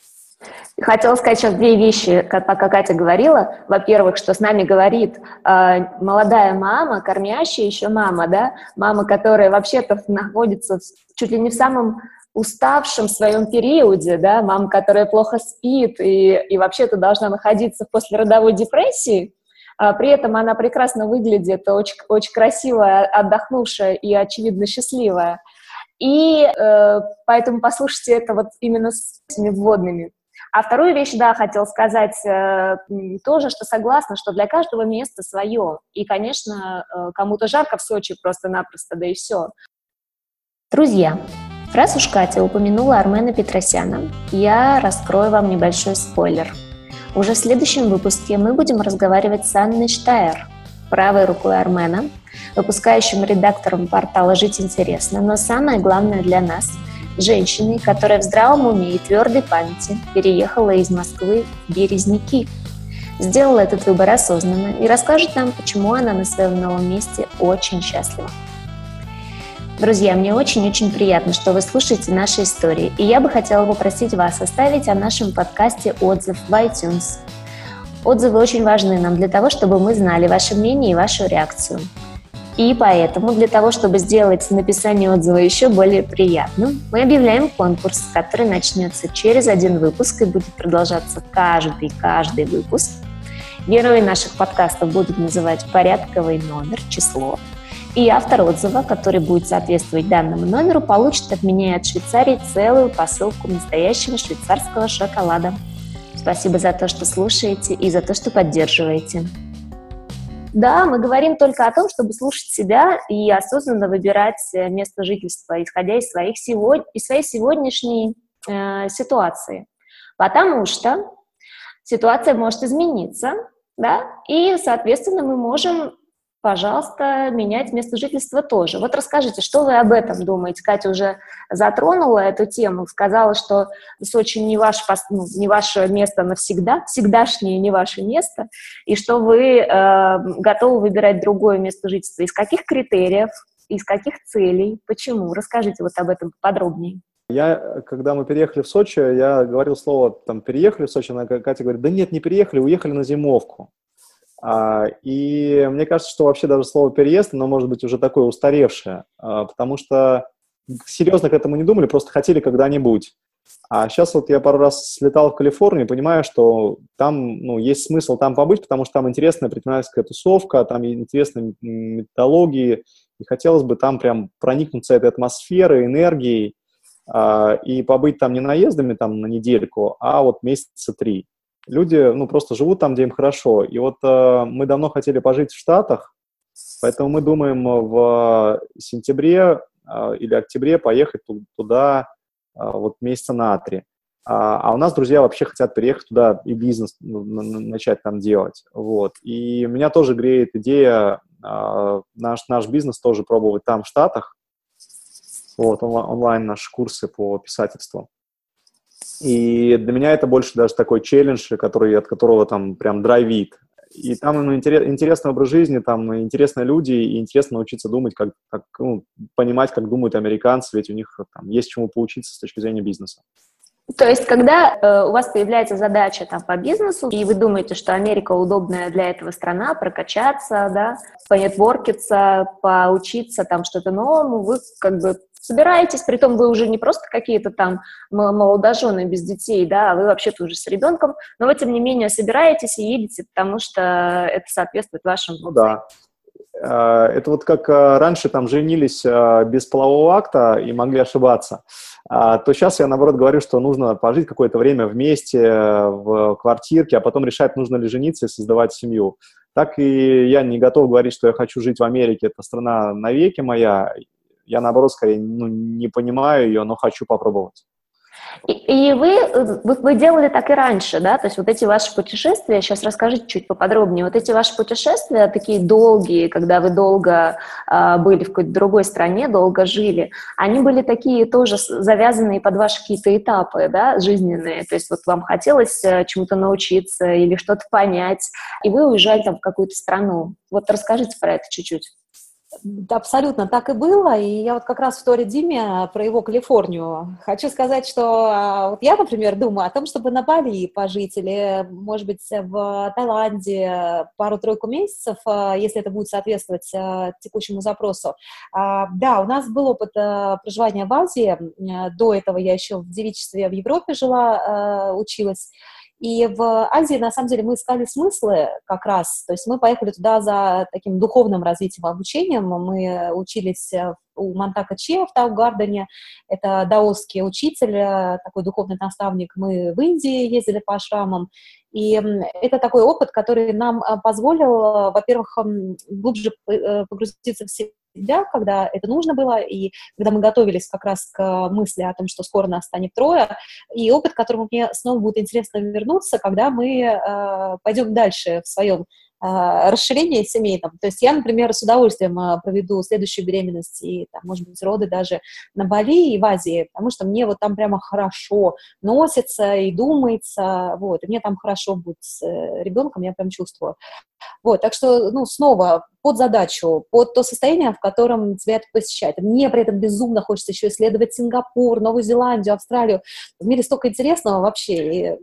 Хотела сказать сейчас 2 вещи, пока Катя говорила. Во-первых, что с нами говорит молодая мама, кормящая еще мама, мама, которая вообще-то находится чуть ли не в самом уставшем своем периоде, мама, которая плохо спит и вообще-то должна находиться в послеродовой депрессии. При этом она прекрасно выглядит, очень, очень красивая, отдохнувшая и, очевидно, счастливая. И поэтому послушайте это вот именно с этими вводными. А вторую вещь, да, хотел сказать тоже, что согласна, что для каждого место свое. И, конечно, кому-то жарко в Сочи просто-напросто, да и все. Друзья, раз уж Катя упомянула Армена Петросяна, я раскрою вам небольшой спойлер. Уже в следующем выпуске мы будем разговаривать с Анной Штайер, правой рукой Армена, выпускающим редактором портала «Жить интересно», но самое главное для нас – женщиной, которая в здравом уме и твердой памяти переехала из Москвы в Березники. Сделала этот выбор осознанно и расскажет нам, почему она на своем новом месте очень счастлива. Друзья, мне очень-очень приятно, что вы слушаете наши истории, и я бы хотела попросить вас оставить о нашем подкасте отзыв в iTunes. Отзывы очень важны нам для того, чтобы мы знали ваше мнение и вашу реакцию. И поэтому, для того, чтобы сделать написание отзыва еще более приятным, мы объявляем конкурс, который начнется через один выпуск и будет продолжаться каждый выпуск. Герои наших подкастов будут называть порядковый номер, число. И автор отзыва, который будет соответствовать данному номеру, получит от меня и от Швейцарии целую посылку настоящего швейцарского шоколада. Спасибо за то, что слушаете и за то, что поддерживаете. Да, мы говорим только о том, чтобы слушать себя и осознанно выбирать место жительства, исходя из своей сегодняшней ситуации. Потому что ситуация может измениться, да, и, соответственно, мы можем, пожалуйста, менять место жительства тоже. Вот расскажите, что вы об этом думаете? Катя уже затронула эту тему, сказала, что Сочи не ваше место навсегда, всегдашнее не ваше место, и что вы готовы выбирать другое место жительства. Из каких критериев, из каких целей, почему? Расскажите вот об этом подробнее. Когда мы переехали в Сочи, я говорил слово «переехали в Сочи», Катя говорит: да нет, не переехали, уехали на зимовку. И мне кажется, что вообще даже слово «переезд», оно может быть уже такое устаревшее, потому что серьезно к этому не думали, просто хотели когда-нибудь. А сейчас вот я пару раз слетал в Калифорнию и понимаю, что там есть смысл там побыть, потому что там интересная предпринимательская тусовка, там интересные методологии, и хотелось бы там прям проникнуться этой атмосферой, энергией, и побыть там не наездами там на недельку, а вот месяца 3. Люди, просто живут там, где им хорошо. И вот мы давно хотели пожить в Штатах, поэтому мы думаем в сентябре или октябре поехать туда вот месяца на 3. А у нас друзья вообще хотят переехать туда и бизнес начать там делать. Вот. И меня тоже греет идея наш бизнес тоже пробовать там, в Штатах. Вот, онлайн наши курсы по писательству. И для меня это больше даже такой челлендж, от которого там прям драйвит. И там интересный образ жизни, там интересные люди, и интересно научиться думать, понимать, как думают американцы, ведь у них там есть чему поучиться с точки зрения бизнеса. То есть, когда у вас появляется задача там по бизнесу, и вы думаете, что Америка удобная для этого страна, прокачаться, да, понетворкиться, поучиться там что-то новому, вы собираетесь, притом вы уже не просто какие-то там молодожены без детей, да, а вы вообще-то уже с ребенком, но вы, тем не менее, собираетесь и едете, потому что это соответствует вашим целям. Да. Это вот как раньше там женились без полового акта и могли ошибаться, то сейчас я, наоборот, говорю, что нужно пожить какое-то время вместе в квартирке, а потом решать, нужно ли жениться и создавать семью. Так и я не готов говорить, что я хочу жить в Америке, это страна навеки моя. Я, наоборот, скорее не понимаю ее, но хочу попробовать. И вы делали так и раньше, да? То есть вот эти ваши путешествия, сейчас расскажите чуть поподробнее, вот эти ваши путешествия такие долгие, когда вы долго были в какой-то другой стране, долго жили, они были такие тоже завязанные под ваши какие-то этапы, да, жизненные, то есть вот вам хотелось чему-то научиться или что-то понять, и вы уезжали там в какую-то страну. Вот расскажите про это чуть-чуть. Да, абсолютно так и было, и я вот как раз вторя Диме про его Калифорнию. Хочу сказать, что вот я, например, думаю о том, чтобы на Бали пожить или, может быть, в Таиланде пару-тройку месяцев, если это будет соответствовать текущему запросу. Да, у нас был опыт проживания в Азии, до этого я еще в девичестве в Европе жила, училась. И в Азии, на самом деле, мы искали смыслы как раз, то есть мы поехали туда за таким духовным развитием, обучением, мы учились у Монтака Че в Тау-Гардене, это даосский учитель, такой духовный наставник, мы в Индии ездили по ашрамам, и это такой опыт, который нам позволил, во-первых, глубже погрузиться в себя, когда это нужно было, и когда мы готовились как раз к мысли о том, что скоро нас станет трое, и опыт, к которому мне снова будет интересно вернуться, когда мы пойдем дальше в своем расширение семейном. То есть я, например, с удовольствием проведу следующую беременность и, там, может быть, роды даже на Бали и в Азии, потому что мне вот там прямо хорошо носится и думается, вот, и мне там хорошо будет с ребенком, я прям чувствую. Вот, так что, ну, снова под задачу, под то состояние, в котором тебя это посещает. Мне при этом безумно хочется еще исследовать Сингапур, Новую Зеландию, Австралию. В мире столько интересного вообще.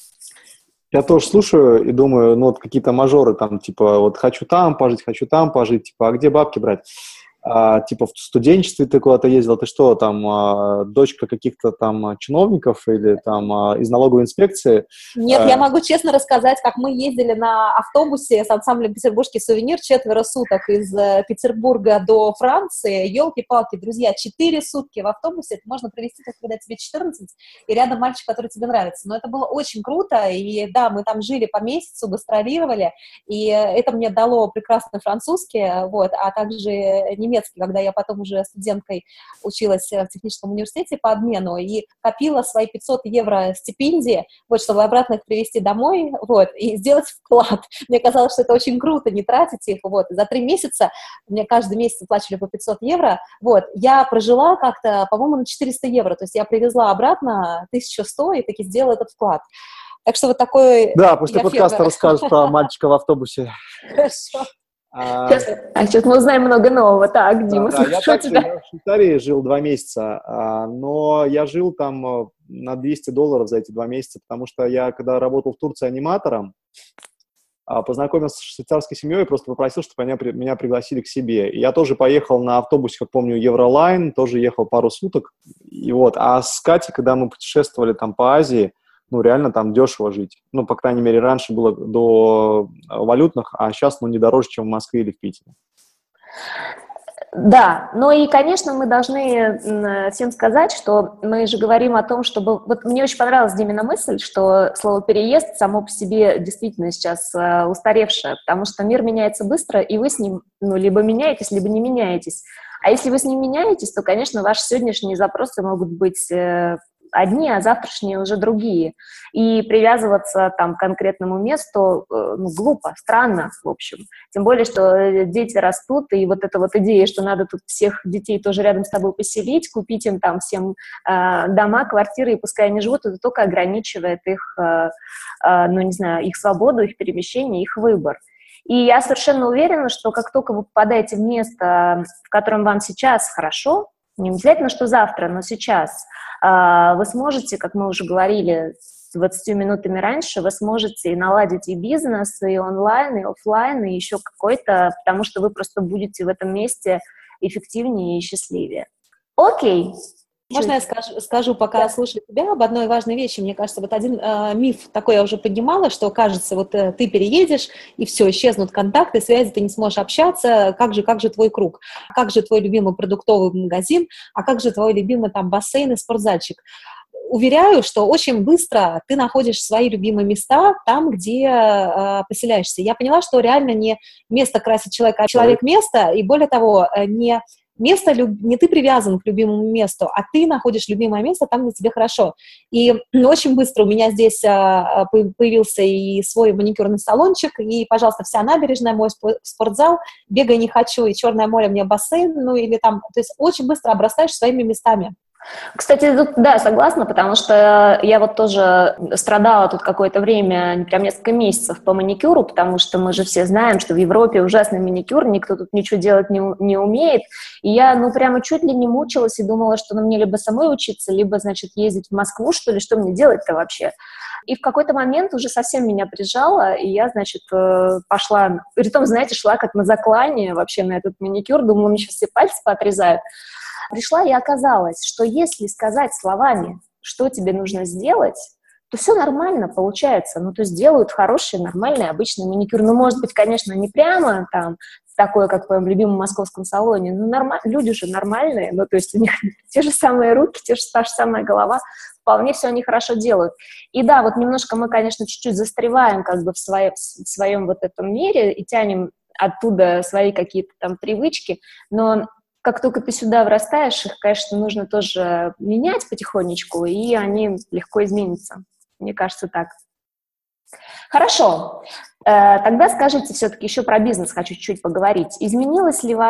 Я тоже слушаю и думаю, ну, вот какие-то мажоры там, типа, вот хочу там пожить, типа, а где бабки брать? Типа, в студенчестве ты куда-то ездил, ты что, там, дочка каких-то там чиновников или там из налоговой инспекции? Нет, я могу честно рассказать, как мы ездили на автобусе с ансамблем «Петербургский сувенир» 4 суток из Петербурга до Франции. Елки-палки, друзья, 4 сутки в автобусе, это можно провести, как когда тебе 14, и рядом мальчик, который тебе нравится. Но это было очень круто, и да, мы там жили по месяцу, гастролировали, и это мне дало прекрасный французский, вот, а также немецкий, когда я потом уже студенткой училась в техническом университете по обмену и копила свои 500 евро стипендии, вот, чтобы обратно их привезти домой, вот, и сделать вклад. Мне казалось, что это очень круто, не тратить их, вот. И за 3 месяца, мне каждый месяц плачивали по 500 евро, вот, я прожила как-то, по-моему, на 400 евро, то есть я привезла обратно 1100 и таки сделала этот вклад. Так что вот такой... Да, после подкаста расскажешь про мальчика в автобусе. Хорошо. Сейчас мы узнаем много нового. Так, Дима, да, я слушаю тебя. в Швейцарии жил 2 месяца, но я жил там на $200 за эти 2 месяца, потому что я, когда работал в Турции аниматором, познакомился с швейцарской семьей и просто попросил, чтобы меня пригласили к себе. И я тоже поехал на автобусе, как помню, Евролайн, тоже ехал пару суток. И вот. А с Катей, когда мы путешествовали там по Азии, ну, реально там дешево жить. Ну, по крайней мере, раньше было до валютных, а сейчас, ну, не дороже, чем в Москве или в Питере. Да, ну и, конечно, мы должны всем сказать, что мы же говорим о том, чтобы... Вот мне очень понравилась Димина мысль, что слово «переезд» само по себе действительно сейчас устаревшее, потому что мир меняется быстро, и вы с ним, ну, либо меняетесь, либо не меняетесь. А если вы с ним меняетесь, то, конечно, ваши сегодняшние запросы могут быть одни, а завтрашние уже другие. И привязываться там к конкретному месту, ну, глупо, странно, в общем. Тем более, что дети растут, и вот эта вот идея, что надо тут всех детей тоже рядом с тобой поселить, купить им там всем дома, квартиры, и пускай они живут, это только ограничивает их, ну, не знаю, их свободу, их перемещение, их выбор. И я совершенно уверена, что как только вы попадаете в место, в котором вам сейчас хорошо, не обязательно, что завтра, но сейчас, вы сможете, как мы уже говорили с 20 минутами раньше, вы сможете и наладить и бизнес, и онлайн, и офлайн, и еще какой-то, потому что вы просто будете в этом месте эффективнее и счастливее. Окей. Можно я скажу, пока я слушаю тебя, об одной важной вещи. Мне кажется, вот один миф такой я уже поднимала, что, кажется, вот ты переедешь, и все, исчезнут контакты, связи, ты не сможешь общаться, как же твой круг, как же твой любимый продуктовый магазин, а как же твой любимый там бассейн и спортзальчик. Уверяю, что очень быстро ты находишь свои любимые места там, где поселяешься. Я поняла, что реально не место красит человека, а человек место, и более того, не ты привязан к любимому месту, а ты находишь любимое место там, где тебе хорошо. И очень быстро у меня здесь появился и свой маникюрный салончик, и, пожалуйста, вся набережная, мой спортзал, бегай не хочу, и Черное море мне бассейн, ну или там, то есть очень быстро обрастаешь своими местами. Кстати, тут, да, согласна, потому что я вот тоже страдала тут какое-то время, прям несколько месяцев по маникюру, потому что мы же все знаем, что в Европе ужасный маникюр, никто тут ничего делать не умеет, и я, ну, прямо чуть ли не мучилась и думала, что мне либо самой учиться, либо, значит, ездить в Москву, что ли, что мне делать-то вообще? И в какой-то момент уже совсем меня прижало, и я, значит, пошла, притом, знаете, шла как на заклание вообще на этот маникюр, думала, мне сейчас все пальцы поотрезают. Пришла и оказалось, что если сказать словами, что тебе нужно сделать, то все нормально получается. Ну, то есть делают хороший, нормальный, обычный маникюр. Ну, может быть, конечно, не прямо там такое, как в твоем любимом московском салоне, но люди же нормальные, ну, то есть у них те же самые руки, та же самая голова, вполне все они хорошо делают. И да, вот немножко мы, конечно, чуть-чуть застреваем как бы в своем вот этом мире и тянем оттуда свои какие-то там привычки, но как только ты сюда врастаешь, их, конечно, нужно тоже менять потихонечку, и они легко изменятся. Мне кажется, так. Хорошо. Тогда скажите все-таки еще про бизнес, хочу чуть-чуть поговорить. Изменилась ли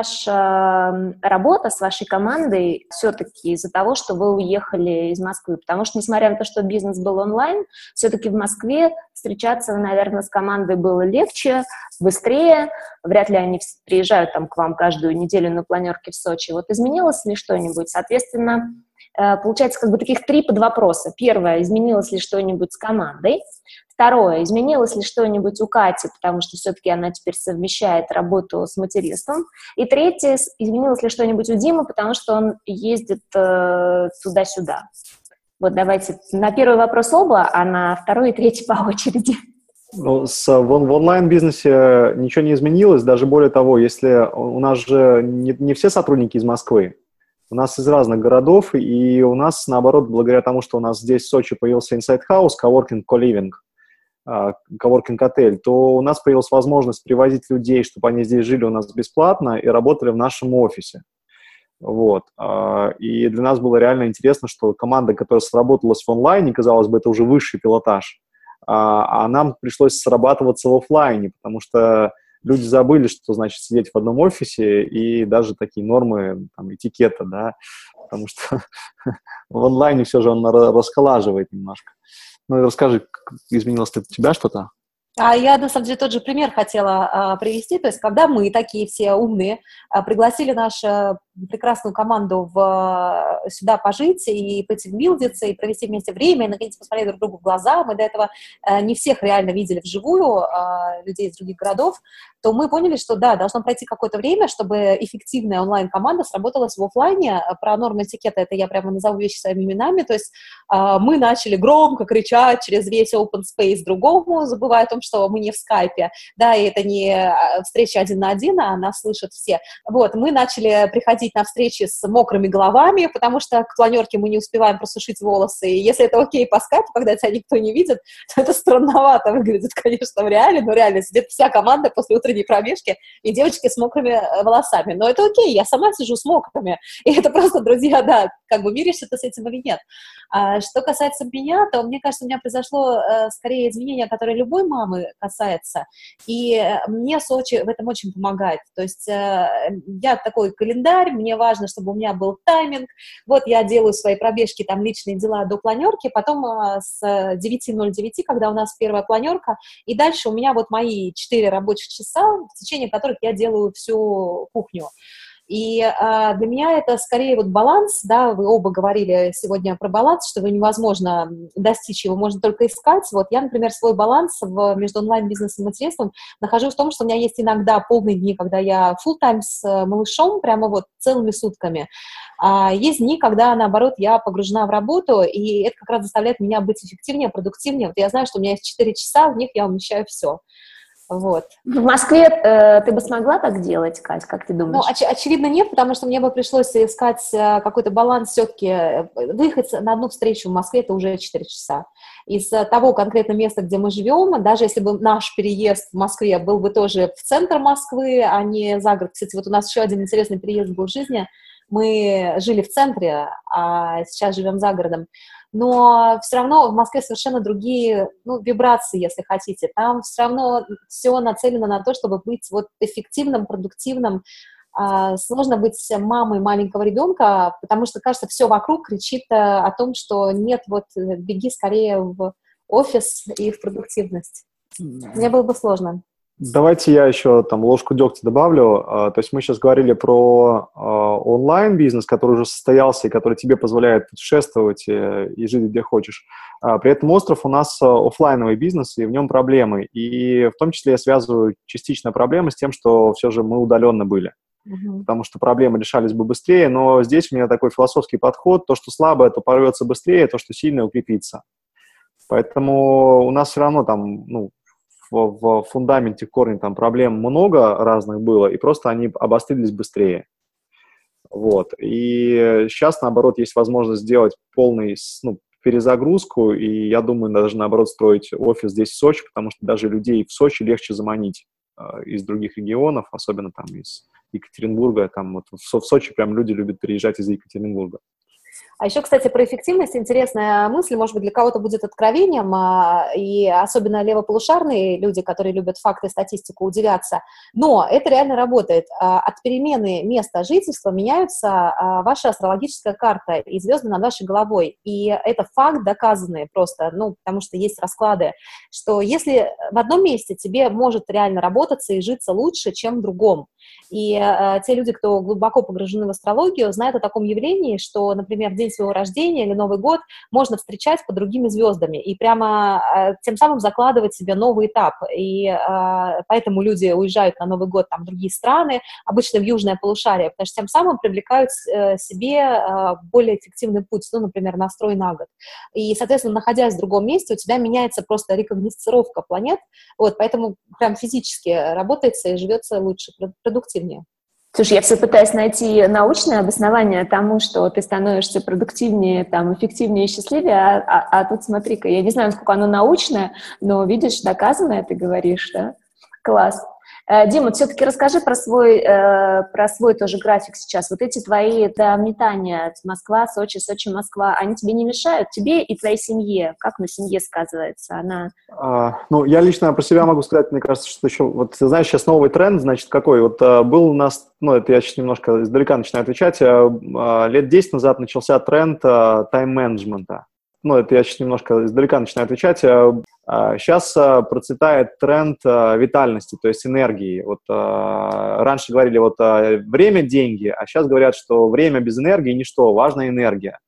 ваша работа с вашей командой все-таки из-за того, что вы уехали из Москвы? Потому что, несмотря на то, что бизнес был онлайн, все-таки в Москве встречаться, наверное, с командой было легче, быстрее. Вряд ли они приезжают там к вам каждую неделю на планерке в Сочи. Вот изменилось ли что-нибудь? Соответственно, получается как бы таких 3 подвопроса. Первое, изменилось ли что-нибудь с командой? Второе, изменилось ли что-нибудь у Кати, потому что все-таки она теперь совмещает работу с материнством. И третье, изменилось ли что-нибудь у Димы, потому что он ездит туда-сюда. Вот давайте на первый вопрос оба, а на второй и третий по очереди. Ну, в онлайн-бизнесе ничего не изменилось, даже более того, если у нас же не все сотрудники из Москвы, у нас из разных городов, и у нас, наоборот, благодаря тому, что у нас здесь в Сочи появился Inside House, Coworking Co-Living, Coworking-отель, то у нас появилась возможность привозить людей, чтобы они здесь жили у нас бесплатно и работали в нашем офисе. Вот. И для нас было реально интересно, что команда, которая сработалась в онлайне, казалось бы, это уже высший пилотаж, а нам пришлось срабатываться в офлайне, потому что люди забыли, что значит сидеть в одном офисе, и даже такие нормы там, этикета, да, потому что в онлайне все же он расколаживает немножко. Ну, расскажи, изменилось ли у тебя что-то? А я, на самом деле, тот же пример хотела привести. То есть, когда мы, такие все умные, пригласили нашу прекрасную команду сюда пожить и потимбилдиться, и провести вместе время, и, наконец, посмотреть друг другу в глаза, мы до этого не всех реально видели вживую, людей из других городов, то мы поняли, что, да, должно пройти какое-то время, чтобы эффективная онлайн-команда сработалась в офлайне. Про нормы этикета это я прямо назову вещи своими именами. То есть мы начали громко кричать через весь open space другому, забывая о том, что мы не в скайпе, да, и это не встреча 1 на 1, а нас слышат все. Вот, мы начали приходить на встречи с мокрыми головами, потому что к планерке мы не успеваем просушить волосы, и если это окей по скайпу, когда тебя никто не видит, то это странновато выглядит, конечно, в реале, но реально сидит вся команда после утренней пробежки, и девочки с мокрыми волосами, но это окей, я сама сижу с мокрыми, и это просто, друзья, да, как бы миришься ты с этим или нет. А что касается меня, то мне кажется, у меня произошло скорее изменение, которое любой мамы касается, и мне Сочи в этом очень помогает. То есть я такой календарь, мне важно, чтобы у меня был тайминг, вот я делаю свои пробежки, там личные дела до планерки, потом с 9:09, когда у нас первая планерка, и дальше у меня вот мои 4 рабочих часа, в течение которых я делаю всю кухню. И для меня это скорее вот баланс, да, вы оба говорили сегодня про баланс, что его невозможно достичь, его можно только искать. Вот я, например, свой баланс между онлайн-бизнесом и материнством нахожу в том, что у меня есть иногда полные дни, когда я full-time с малышом, прямо вот целыми сутками. А есть дни, когда, наоборот, я погружена в работу, и это как раз заставляет меня быть эффективнее, продуктивнее. Вот я знаю, что у меня есть 4 часа, в них я умещаю все. Вот. В Москве ты бы смогла так делать, Кать, как ты думаешь? Ну, очевидно, нет, потому что мне бы пришлось искать какой-то баланс все-таки. Выехать на одну встречу в Москве – это уже 4 часа. Из того конкретного места, где мы живем, даже если бы наш переезд в Москве был бы тоже в центр Москвы, а не за город. Кстати, вот у нас еще один интересный переезд был в жизни. Мы жили в центре, а сейчас живем за городом. Но все равно в Москве совершенно другие, ну, вибрации, если хотите. Там все равно все нацелено на то, чтобы быть вот эффективным, продуктивным. Сложно быть мамой маленького ребенка, потому что, кажется, все вокруг кричит о том, что нет, вот беги скорее в офис и в продуктивность. Мне было бы сложно. Давайте я еще там ложку дегтя добавлю. То есть мы сейчас говорили про онлайн-бизнес, который уже состоялся и который тебе позволяет путешествовать и жить где хочешь. При этом остров у нас офлайновый бизнес, и в нем проблемы. И в том числе я связываю частично проблемы с тем, что все же мы удаленно были. Потому что проблемы решались бы быстрее, но здесь у меня такой философский подход: то, что слабое, то порвется быстрее, то, что сильное, укрепится. Поэтому у нас все равно там, ну, в фундаменте корня там проблем много разных было, и просто они обострились быстрее. Вот. И сейчас, наоборот, есть возможность сделать полный, ну, перезагрузку, и я думаю, даже, наоборот, строить офис здесь, в Сочи, потому что даже людей в Сочи легче заманить из других регионов, особенно там из Екатеринбурга. Там вот в Сочи прям люди любят приезжать из Екатеринбурга. А еще, кстати, про эффективность интересная мысль, может быть, для кого-то будет откровением, и особенно левополушарные люди, которые любят факты и статистику, удивятся. Но это реально работает. От перемены места жительства меняется ваша астрологическая карта и звезды над вашей головой. И это факт доказанный просто, ну, потому что есть расклады, что если в одном месте тебе может реально работаться и житься лучше, чем в другом. И те люди, кто глубоко погружены в астрологию, знают о таком явлении, что, например, день своего рождения или Новый год можно встречать под другими звездами и прямо тем самым закладывать себе новый этап. И поэтому люди уезжают на Новый год там, в другие страны, обычно в южное полушарие, потому что тем самым привлекают себе более эффективный путь, ну, например, настрой на год. И, соответственно, находясь в другом месте, у тебя меняется просто рекогносцировка планет, вот, поэтому прям физически работается и живется лучше, продуктивнее. Слушай, я все пытаюсь найти научное обоснование тому, что ты становишься продуктивнее, там, эффективнее и счастливее, а тут смотри-ка, я не знаю, насколько оно научное, но, видишь, доказанное ты говоришь, да? Класс. Дима, все-таки расскажи про свой тоже график сейчас. Вот эти твои метания Москва, Сочи, Сочи, Москва, они тебе не мешают? Тебе и твоей семье? Как на семье сказывается? Ну, я лично про себя могу сказать, мне кажется, что еще, вот, ты знаешь, сейчас новый тренд, значит, какой? Вот был у нас, ну, это я сейчас немножко издалека начинаю отвечать, лет 10 назад начался тренд тайм-менеджмента. Ну, это я сейчас немножко издалека начинаю отвечать. Сейчас процветает тренд витальности, то есть энергии. Вот раньше говорили вот время – деньги, а сейчас говорят, что время без энергии – ничто, важна энергия.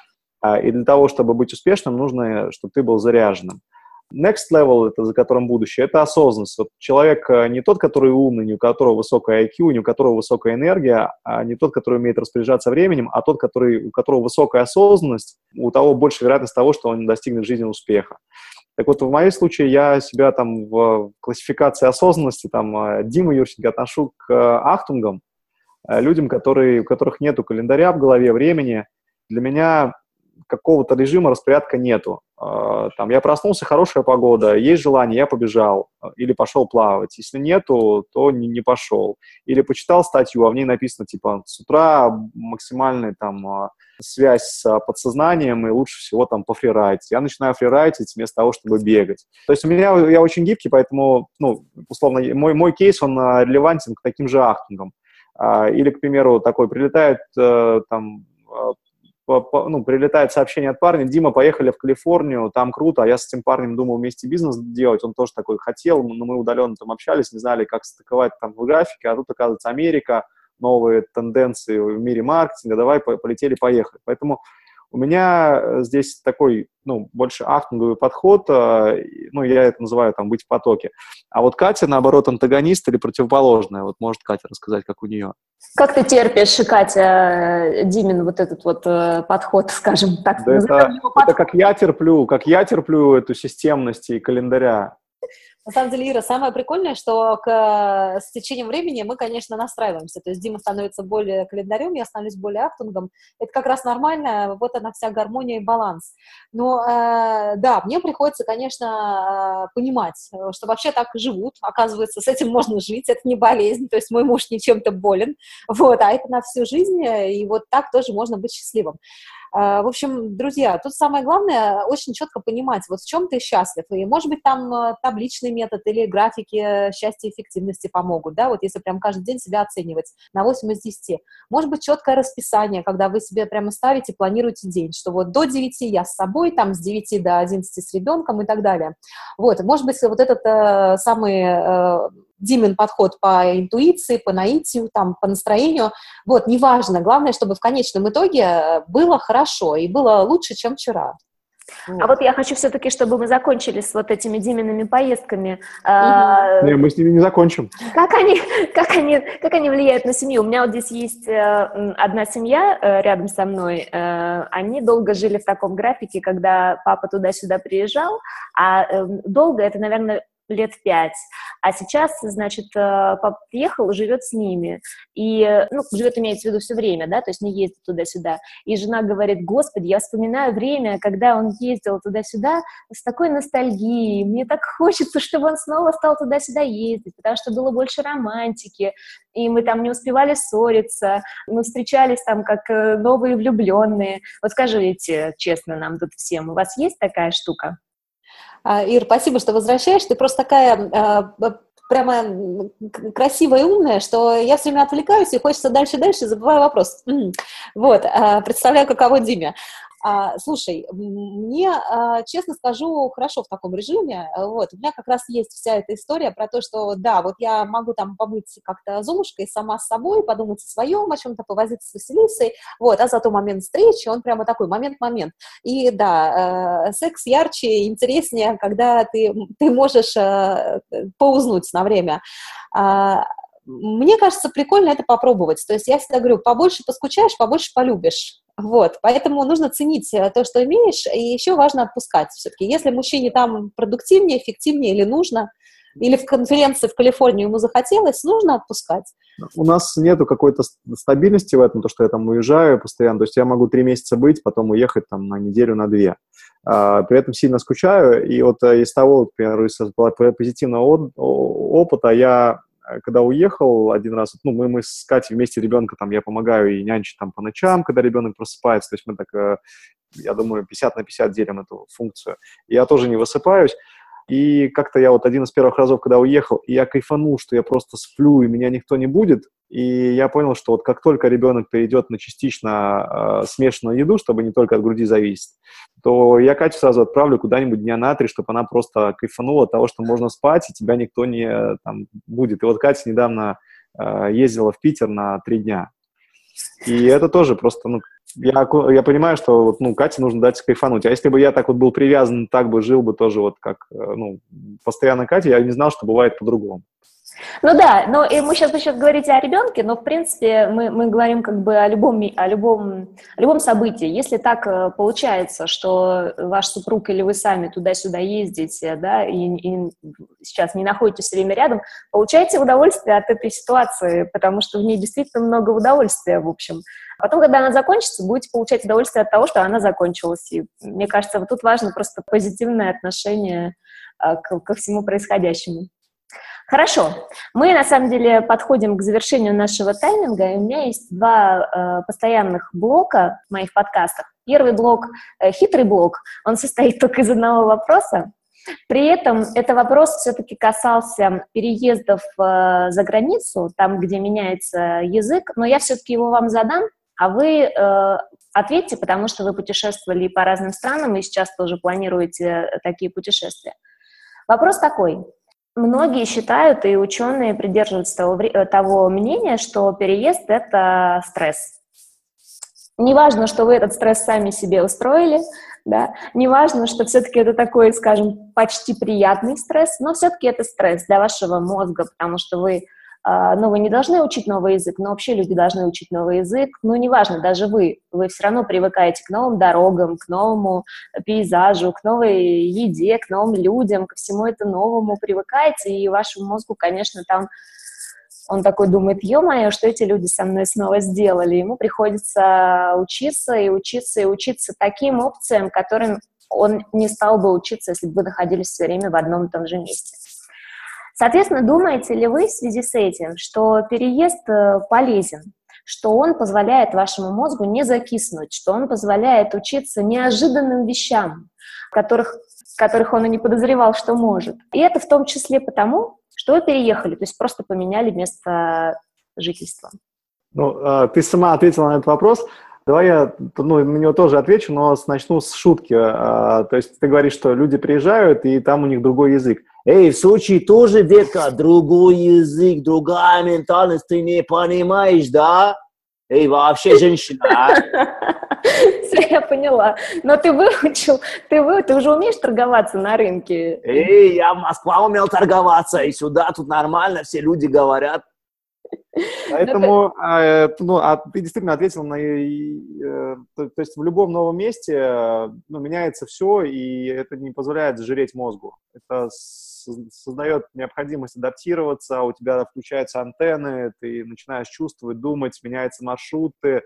И для того, чтобы быть успешным, нужно, чтобы ты был заряженным. Next level, это за которым будущее, это осознанность. Вот человек не тот, который умный, не у которого высокая IQ, не у которого высокая энергия, а не тот, который умеет распоряжаться временем, а тот, у которого высокая осознанность, у того больше вероятность того, что он достигнет в жизни успеха. Так вот, в моем случае я себя там в классификации осознанности, там, Дима Юрченко отношу к ахтунгам, людям, у которых нету календаря в голове, времени. Для меня какого-то режима распорядка нету. Там, я проснулся, хорошая погода, есть желание, я побежал или пошел плавать. Если нету, то не пошел. Или почитал статью, а в ней написано, типа, с утра максимальная там связь с подсознанием, и лучше всего там пофрирайтить. Я начинаю фрирайтить вместо того, чтобы бегать. То есть я очень гибкий, поэтому, ну, условно, мой кейс, он релевантен к таким же ахтунгам. Или, к примеру, такой прилетает прилетает сообщение от парня: Дима, поехали в Калифорнию, там круто, а я с этим парнем думал вместе бизнес делать, он тоже такой хотел, но мы удаленно там общались, не знали, как стыковать там в графике, а тут, оказывается, Америка, новые тенденции в мире маркетинга, давай, полетели, поехали. Поэтому у меня здесь такой, ну, больше ахтунговый подход, ну, я это называю там быть в потоке. А вот Катя, наоборот, антагонист или противоположная. Вот может Катя рассказать, как у нее. Как ты терпишь, Катя, Димин, вот этот вот подход, скажем так? Да это как я терплю эту системность и календаря. На самом деле, Ира, самое прикольное, что с течением времени мы, конечно, настраиваемся. То есть Дима становится более календарем, я становлюсь более ахтунгом. Это как раз нормально, вот она вся гармония и баланс. Но да, мне приходится, конечно, понимать, что вообще так живут. Оказывается, с этим можно жить, это не болезнь. То есть мой муж не чем-то болен, вот, а это на всю жизнь, и вот так тоже можно быть счастливым. В общем, друзья, тут самое главное очень четко понимать, вот в чем ты счастлив. И, может быть, там табличный метод или графики счастья и эффективности помогут, да, вот если прям каждый день себя оценивать на 8 из 10. Может быть, четкое расписание, когда вы себе прямо ставите, планируете день, что вот до 9 я с собой, там с 9 до 11 с ребенком и так далее. Вот, может быть, вот этот самый Димин подход по интуиции, по наитию, там, по настроению, вот, неважно, главное, чтобы в конечном итоге было хорошо и было лучше, чем вчера. А вот я хочу все-таки, чтобы мы закончили с вот этими Димиными поездками. Не, мы с ними не закончим. Как они влияют на семью? У меня вот здесь есть одна семья рядом со мной. Они долго жили в таком графике, когда папа туда-сюда приезжал, а долго это, наверное, лет 5. А сейчас, значит, папа приехал и живет с ними. И, живет, имеется в виду, все время, да, то есть не ездит туда-сюда. И жена говорит: Господи, я вспоминаю время, когда он ездил туда-сюда с такой ностальгией. Мне так хочется, чтобы он снова стал туда-сюда ездить, потому что было больше романтики, и мы там не успевали ссориться, мы встречались там как новые влюбленные. Вот скажите честно нам тут всем, у вас есть такая штука? Ир, спасибо, что возвращаешь. Ты просто такая прямо красивая и умная, что я все время отвлекаюсь и хочется дальше, забываю вопрос. Вот, представляю, каково Диме. Слушай, мне, честно скажу, хорошо в таком режиме. Вот, у меня как раз есть вся эта история про то, что, да, вот я могу там побыть как-то Золушкой сама с собой, подумать о своем, о чем-то, повозиться с Василисой, вот, а зато момент встречи, он прямо такой момент-момент. И, да, секс ярче, интереснее, когда ты можешь паузнуть на время. Мне кажется, прикольно это попробовать. То есть я всегда говорю, побольше поскучаешь, побольше полюбишь. Вот, поэтому нужно ценить то, что имеешь, и еще важно отпускать все-таки. Если мужчине там продуктивнее, эффективнее или нужно, или в конференции в Калифорнию ему захотелось, нужно отпускать. У нас нету какой-то стабильности в этом, то, что я там уезжаю постоянно. То есть я могу 3 месяца быть, потом уехать там на неделю, на 2. При этом сильно скучаю. И вот из того, например, из позитивного опыта я... Когда уехал один раз, мы с Катей вместе ребенка, там, я помогаю и нянчить там по ночам, когда ребенок просыпается, то есть мы так, я думаю, 50 на 50 делим эту функцию. Я тоже не высыпаюсь, и как-то я вот один из первых разов, когда уехал, и я кайфанул, что я просто сплю, и меня никто не будет, и я понял, что вот как только ребенок перейдет на частично смешанную еду, чтобы не только от груди зависеть, то я Катю сразу отправлю куда-нибудь дня на 3, чтобы она просто кайфанула от того, что можно спать, и тебя никто не там будет. И вот Катя недавно ездила в Питер на 3 дня. И это тоже просто, я понимаю, что Кате нужно дать кайфануть. А если бы я так вот был привязан, так бы жил бы тоже вот как, постоянно Катя, я не знал, что бывает по-другому. Ну да, но и мы сейчас говорите о ребенке, но в принципе мы говорим как бы о любом событии. Если так получается, что ваш супруг или вы сами туда-сюда ездите, да, и сейчас не находитесь все время рядом, получайте удовольствие от этой ситуации, потому что в ней действительно много удовольствия, в общем. Потом, когда она закончится, будете получать удовольствие от того, что она закончилась. И мне кажется, вот тут важно просто позитивное отношение ко всему происходящему. Хорошо. Мы, на самом деле, подходим к завершению нашего тайминга, и у меня есть 2 постоянных блока в моих подкастах. Первый блок – хитрый блок, он состоит только из одного вопроса. При этом этот вопрос все-таки касался переездов за границу, там, где меняется язык, но я все-таки его вам задам, а вы ответьте, потому что вы путешествовали по разным странам и сейчас тоже планируете такие путешествия. Вопрос такой. Многие считают, и ученые придерживаются того мнения, что переезд – это стресс. Неважно, что вы этот стресс сами себе устроили, да, неважно, что все-таки это такой, скажем, почти приятный стресс, но все-таки это стресс для вашего мозга, потому что вы не должны учить новый язык, но вообще люди должны учить новый язык. Неважно, даже вы все равно привыкаете к новым дорогам, к новому пейзажу, к новой еде, к новым людям, ко всему этому новому привыкаете, и вашему мозгу, конечно, там он такой думает: ё-моё, что эти люди со мной снова сделали? Ему приходится учиться и учиться и учиться таким опциям, которым он не стал бы учиться, если бы вы находились все время в одном и том же месте. Соответственно, думаете ли вы в связи с этим, что переезд полезен, что он позволяет вашему мозгу не закиснуть, что он позволяет учиться неожиданным вещам, которых он и не подозревал, что может? И это в том числе потому, что вы переехали, то есть просто поменяли место жительства. Ты сама ответила на этот вопрос. Давай я на него тоже отвечу, но начну с шутки. То есть ты говоришь, что люди приезжают, и там у них другой язык. В Сочи тоже, детка, другой язык, другая ментальность, ты не понимаешь, да? Эй, вообще женщина, а? Все, я поняла. Но ты уже умеешь торговаться на рынке? Эй, я в Москва умел торговаться, и сюда тут нормально, все люди говорят. Поэтому ты действительно ответил то есть в любом новом месте меняется все, и это не позволяет зажиреть мозгу. Это создает необходимость адаптироваться, у тебя включаются антенны, ты начинаешь чувствовать, думать, меняются маршруты,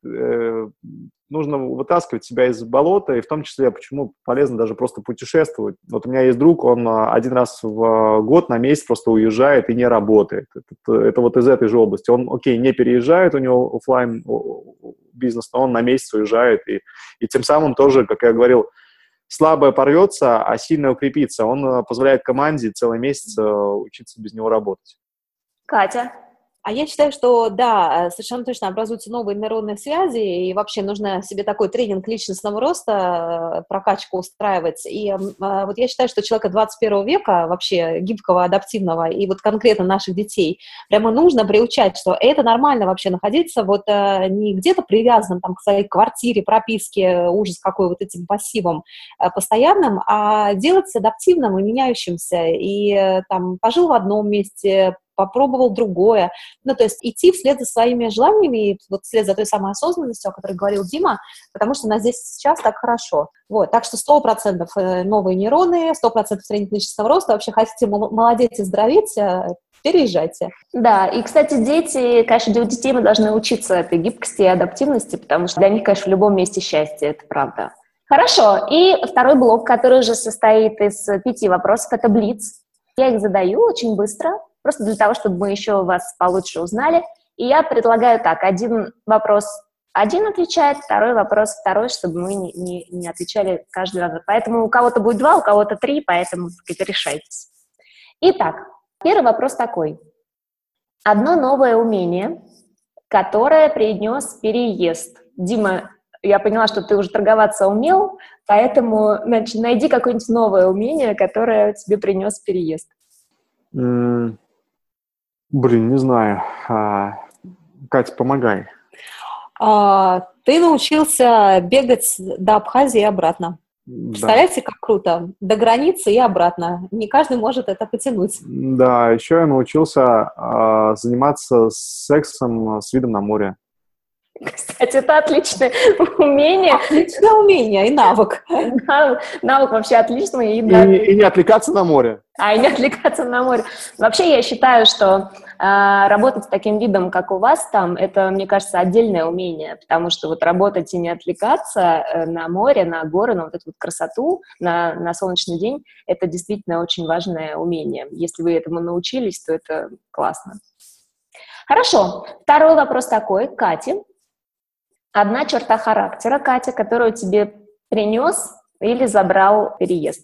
нужно вытаскивать себя из болота, и в том числе, почему полезно даже просто путешествовать. Вот у меня есть друг, он один раз в год на месяц просто уезжает и не работает. Это вот из этой же области. Он, не переезжает, у него офлайн бизнес, но он на месяц уезжает, и тем самым тоже, как я говорил, слабое порвется, а сильное укрепится. Он позволяет команде целый месяц учиться без него работать. Катя? А я считаю, что, да, совершенно точно образуются новые нейронные связи, и вообще нужно себе такой тренинг личностного роста, прокачку устраивать. И вот я считаю, что человека 21 века, вообще гибкого, адаптивного, и вот конкретно наших детей, прямо нужно приучать, что это нормально вообще находиться вот не где-то привязанным там, к своей квартире, прописке, ужас какой вот этим пассивом постоянным, а делать адаптивным и меняющимся. И там пожил в одном месте, попробовал другое. Ну, то есть идти вслед за своими желаниями, вот вслед за той самой осознанностью, о которой говорил Дима, потому что у нас здесь сейчас так хорошо. Вот, так что 100% новые нейроны, 100% тренинг личностного роста. Вообще хотите молодеть и здороветь, переезжайте. Да, и, кстати, дети, конечно, для детей мы должны учиться этой гибкости и адаптивности, потому что для них, конечно, в любом месте счастье, это правда. Хорошо, и второй блок, который уже состоит из 5 вопросов, это блиц. Я их задаю очень быстро, просто для того, чтобы мы еще вас получше узнали. И я предлагаю так, один вопрос один отвечает, второй вопрос второй, чтобы мы не отвечали каждый раз. Поэтому у кого-то будет 2, у кого-то 3, поэтому, так сказать, решайтесь. Итак, первый вопрос такой. Одно новое умение, которое принес переезд. Дима, я поняла, что ты уже торговаться умел, поэтому найди какое-нибудь новое умение, которое тебе принес переезд. Не знаю. Катя, помогай. Ты научился бегать до Абхазии и обратно. Да. Представляете, как круто? До границы и обратно. Не каждый может это потянуть. Да, еще я научился заниматься сексом с видом на море. Кстати, это отличное умение. Отличное умение и навык. Навык вообще отличный. И не отвлекаться на море. И не отвлекаться на море. Вообще, я считаю, что работать с таким видом, как у вас там, это, мне кажется, отдельное умение, потому что вот работать и не отвлекаться на море, на горы, на вот эту вот красоту, на солнечный день, это действительно очень важное умение. Если вы этому научились, то это классно. Хорошо. Второй вопрос такой, Кате. Одна черта характера, Катя, которую тебе принес или забрал переезд?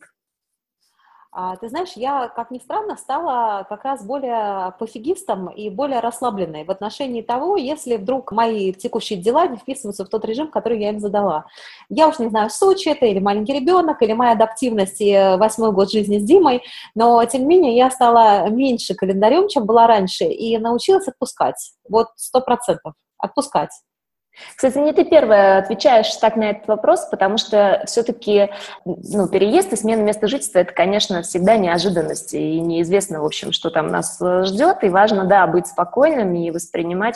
Ты знаешь, я, как ни странно, стала как раз более пофигистом и более расслабленной в отношении того, если вдруг мои текущие дела не вписываются в тот режим, который я им задала. Я уж не знаю, Сочи это или маленький ребенок, или моя адаптивность и 8-й год жизни с Димой, но, тем не менее, я стала меньше календарем, чем была раньше, и научилась отпускать. Вот 100%. Отпускать. Кстати, не ты первая отвечаешь так на этот вопрос, потому что все-таки переезд и смена места жительства – это, конечно, всегда неожиданность, и неизвестно, в общем, что там нас ждет, и важно, да, быть спокойным и воспринимать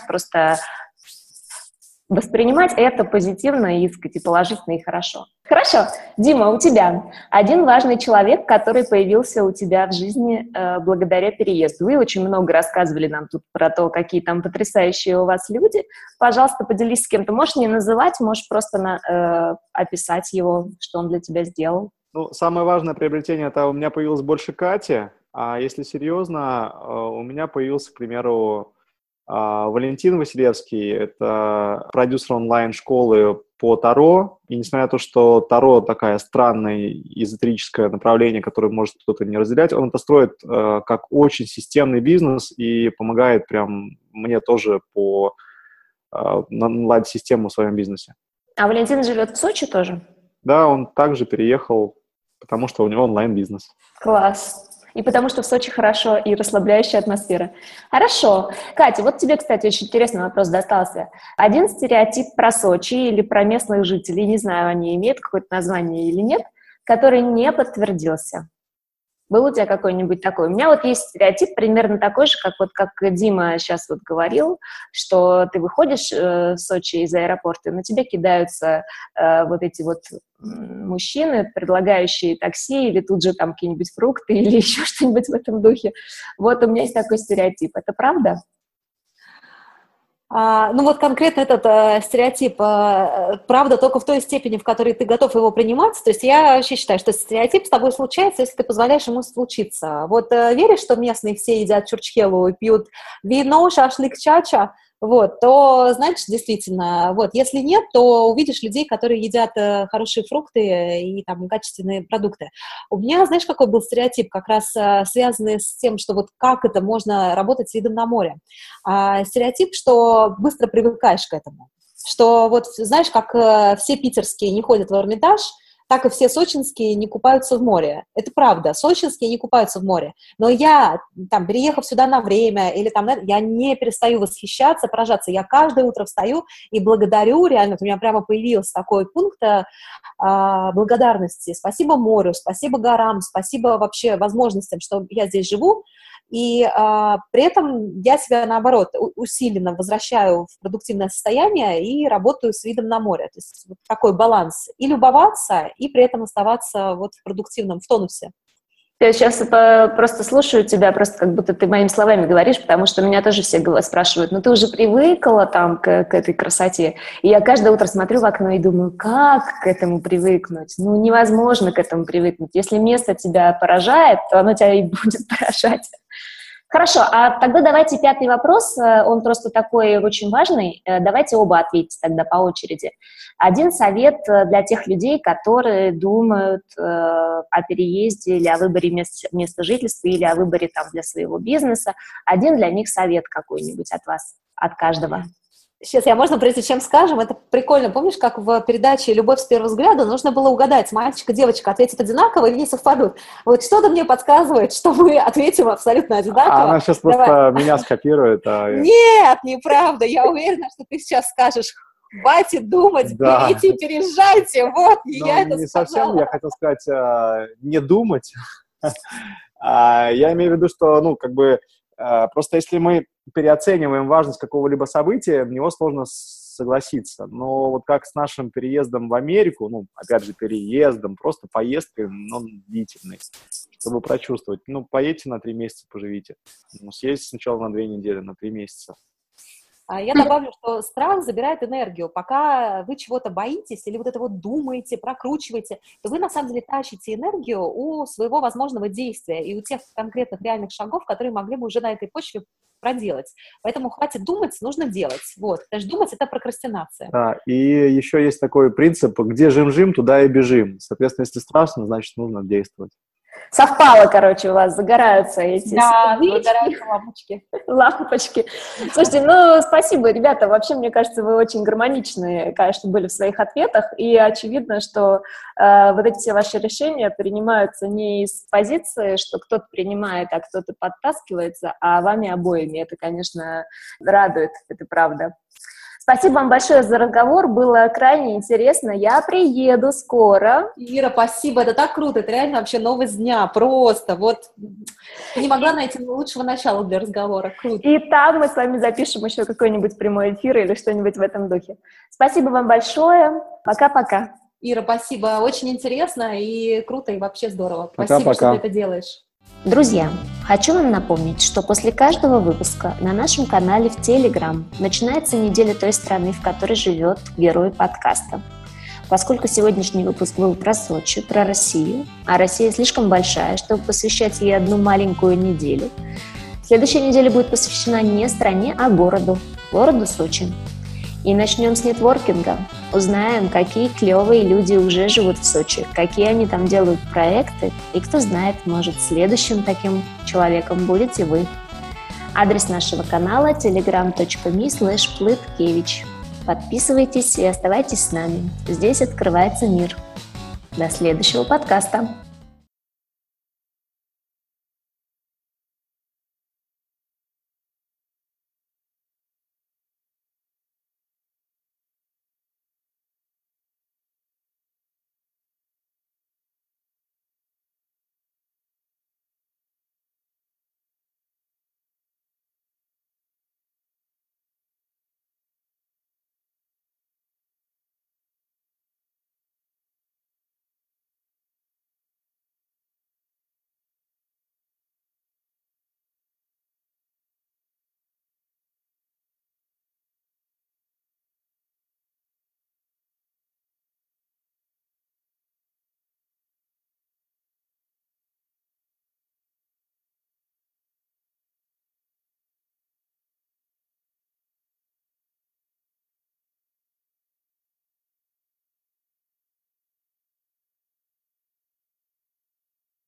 это позитивно и, так сказать, положительно и хорошо. Хорошо. Дима, у тебя один важный человек, который появился у тебя в жизни благодаря переезду. Вы очень много рассказывали нам тут про то, какие там потрясающие у вас люди. Пожалуйста, поделись с кем-то. Можешь не называть, можешь просто описать его, что он для тебя сделал. Самое важное приобретение – это у меня появилось больше Кати, а если серьезно, у меня появился, к примеру, Валентин Василевский, это продюсер онлайн-школы по Таро, и несмотря на то, что Таро такая странное эзотерическое направление, которое может кто-то не разделять, он это строит как очень системный бизнес и помогает прям мне тоже наладить систему в своем бизнесе. А Валентин живет в Сочи тоже? Да, он также переехал, потому что у него онлайн-бизнес. Класс. И потому что в Сочи хорошо и расслабляющая атмосфера. Хорошо. Катя, вот тебе, кстати, очень интересный вопрос достался. Один стереотип про Сочи или про местных жителей, не знаю, они имеют какое-то название или нет, который не подтвердился. Был у тебя какой-нибудь такой? У меня вот есть стереотип примерно такой же, как Дима сейчас вот говорил, что ты выходишь в Сочи из аэропорта, и на тебя кидаются вот эти вот мужчины, предлагающие такси или тут же там какие-нибудь фрукты или еще что-нибудь в этом духе. Вот у меня есть такой стереотип. Это правда? Ну вот конкретно этот стереотип, правда, только в той степени, в которой ты готов его принимать. То есть я вообще считаю, что стереотип с тобой случается, если ты позволяешь ему случиться. Вот веришь, что местные все едят чурчхелу и пьют вино, шашлык, чача, вот, то, значит, действительно, вот, если нет, то увидишь людей, которые едят хорошие фрукты и там качественные продукты. У меня, знаешь, какой был стереотип, как раз связанный с тем, что вот как это можно работать с видом на море. Стереотип, что быстро привыкаешь к этому. Что вот, знаешь, как все питерские не ходят в Эрмитаж, так и все сочинские не купаются в море. Это правда, сочинские не купаются в море. Но я, там, переехав сюда на время, или там, я не перестаю восхищаться, поражаться. Я каждое утро встаю и благодарю, реально, у меня прямо появился такой пункт благодарности. Спасибо морю, спасибо горам, спасибо вообще возможностям, что я здесь живу. И при этом я себя, наоборот, усиленно возвращаю в продуктивное состояние и работаю с видом на море. То есть вот такой баланс. И любоваться, и при этом оставаться вот в продуктивном, в тонусе. Я сейчас просто слушаю тебя, просто как будто ты моими словами говоришь, потому что меня тоже все спрашивают, ну ты уже привыкла там к этой красоте? И я каждое утро смотрю в окно и думаю, как к этому привыкнуть? Ну невозможно к этому привыкнуть. Если место тебя поражает, то оно тебя и будет поражать. Хорошо, а тогда давайте пятый вопрос, он просто такой очень важный, давайте оба ответите тогда по очереди. Один совет для тех людей, которые думают о переезде или о выборе места жительства, или о выборе там для своего бизнеса. Один для них совет какой-нибудь от вас, от каждого. Сейчас можно, прежде чем скажем, это прикольно. Помнишь, как в передаче «Любовь с первого взгляда» нужно было угадать, мальчик и девочка ответят одинаково или не совпадут? Вот что-то мне подсказывает, что мы ответим абсолютно одинаково. Она сейчас просто меня скопирует. Нет, неправда. Я уверена, что ты сейчас скажешь, хватит думать, берите, переезжайте. Вот, я это не сказала. совсем, я хотел сказать, не думать. Я имею в виду, что, просто если мы переоцениваем важность какого-либо события, в него сложно согласиться. Но вот как с нашим переездом в Америку, опять же, переездом, просто поездкой, но длительной, чтобы прочувствовать. Поедьте на 3 месяца, поживите. Съездите сначала на 2 недели, на 3 месяца. Я добавлю, что страх забирает энергию. Пока вы чего-то боитесь или вот это вот думаете, прокручиваете, то вы на самом деле тащите энергию у своего возможного действия и у тех конкретных реальных шагов, которые могли бы уже на этой почве проделать. Поэтому хватит думать, нужно делать. Вот. Потому что думать – это прокрастинация. Да, и еще есть такой принцип, где жим-жим, туда и бежим. Соответственно, если страшно, значит, нужно действовать. Совпало, у вас загораются эти... Да, загораются лампочки. Лампочки. Слушайте, спасибо, ребята. Вообще, мне кажется, вы очень гармоничные, конечно, были в своих ответах. И очевидно, что вот эти все ваши решения принимаются не из позиции, что кто-то принимает, а кто-то подтаскивается, а вами обоими. Это, конечно, радует, это правда. Спасибо вам большое за разговор, было крайне интересно. Я приеду скоро. Ира, спасибо, это так круто, это реально вообще новость дня, просто. Вот не могла найти лучшего начала для разговора. Круто. И там мы с вами запишем еще какой-нибудь прямой эфир или что-нибудь в этом духе. Спасибо вам большое. Пока-пока. Ира, спасибо, очень интересно и круто, и вообще здорово. Пока-пока. Спасибо, что ты это делаешь. Друзья, хочу вам напомнить, что после каждого выпуска на нашем канале в Telegram начинается неделя той страны, в которой живет герой подкаста. Поскольку сегодняшний выпуск был про Сочи, про Россию, а Россия слишком большая, чтобы посвящать ей одну маленькую неделю, следующая неделя будет посвящена не стране, а городу Сочи. И начнем с нетворкинга. Узнаем, какие клевые люди уже живут в Сочи, какие они там делают проекты, и кто знает, может, следующим таким человеком будете вы. Адрес нашего канала telegram.me/Плыткевич. Подписывайтесь и оставайтесь с нами. Здесь открывается мир. До следующего подкаста.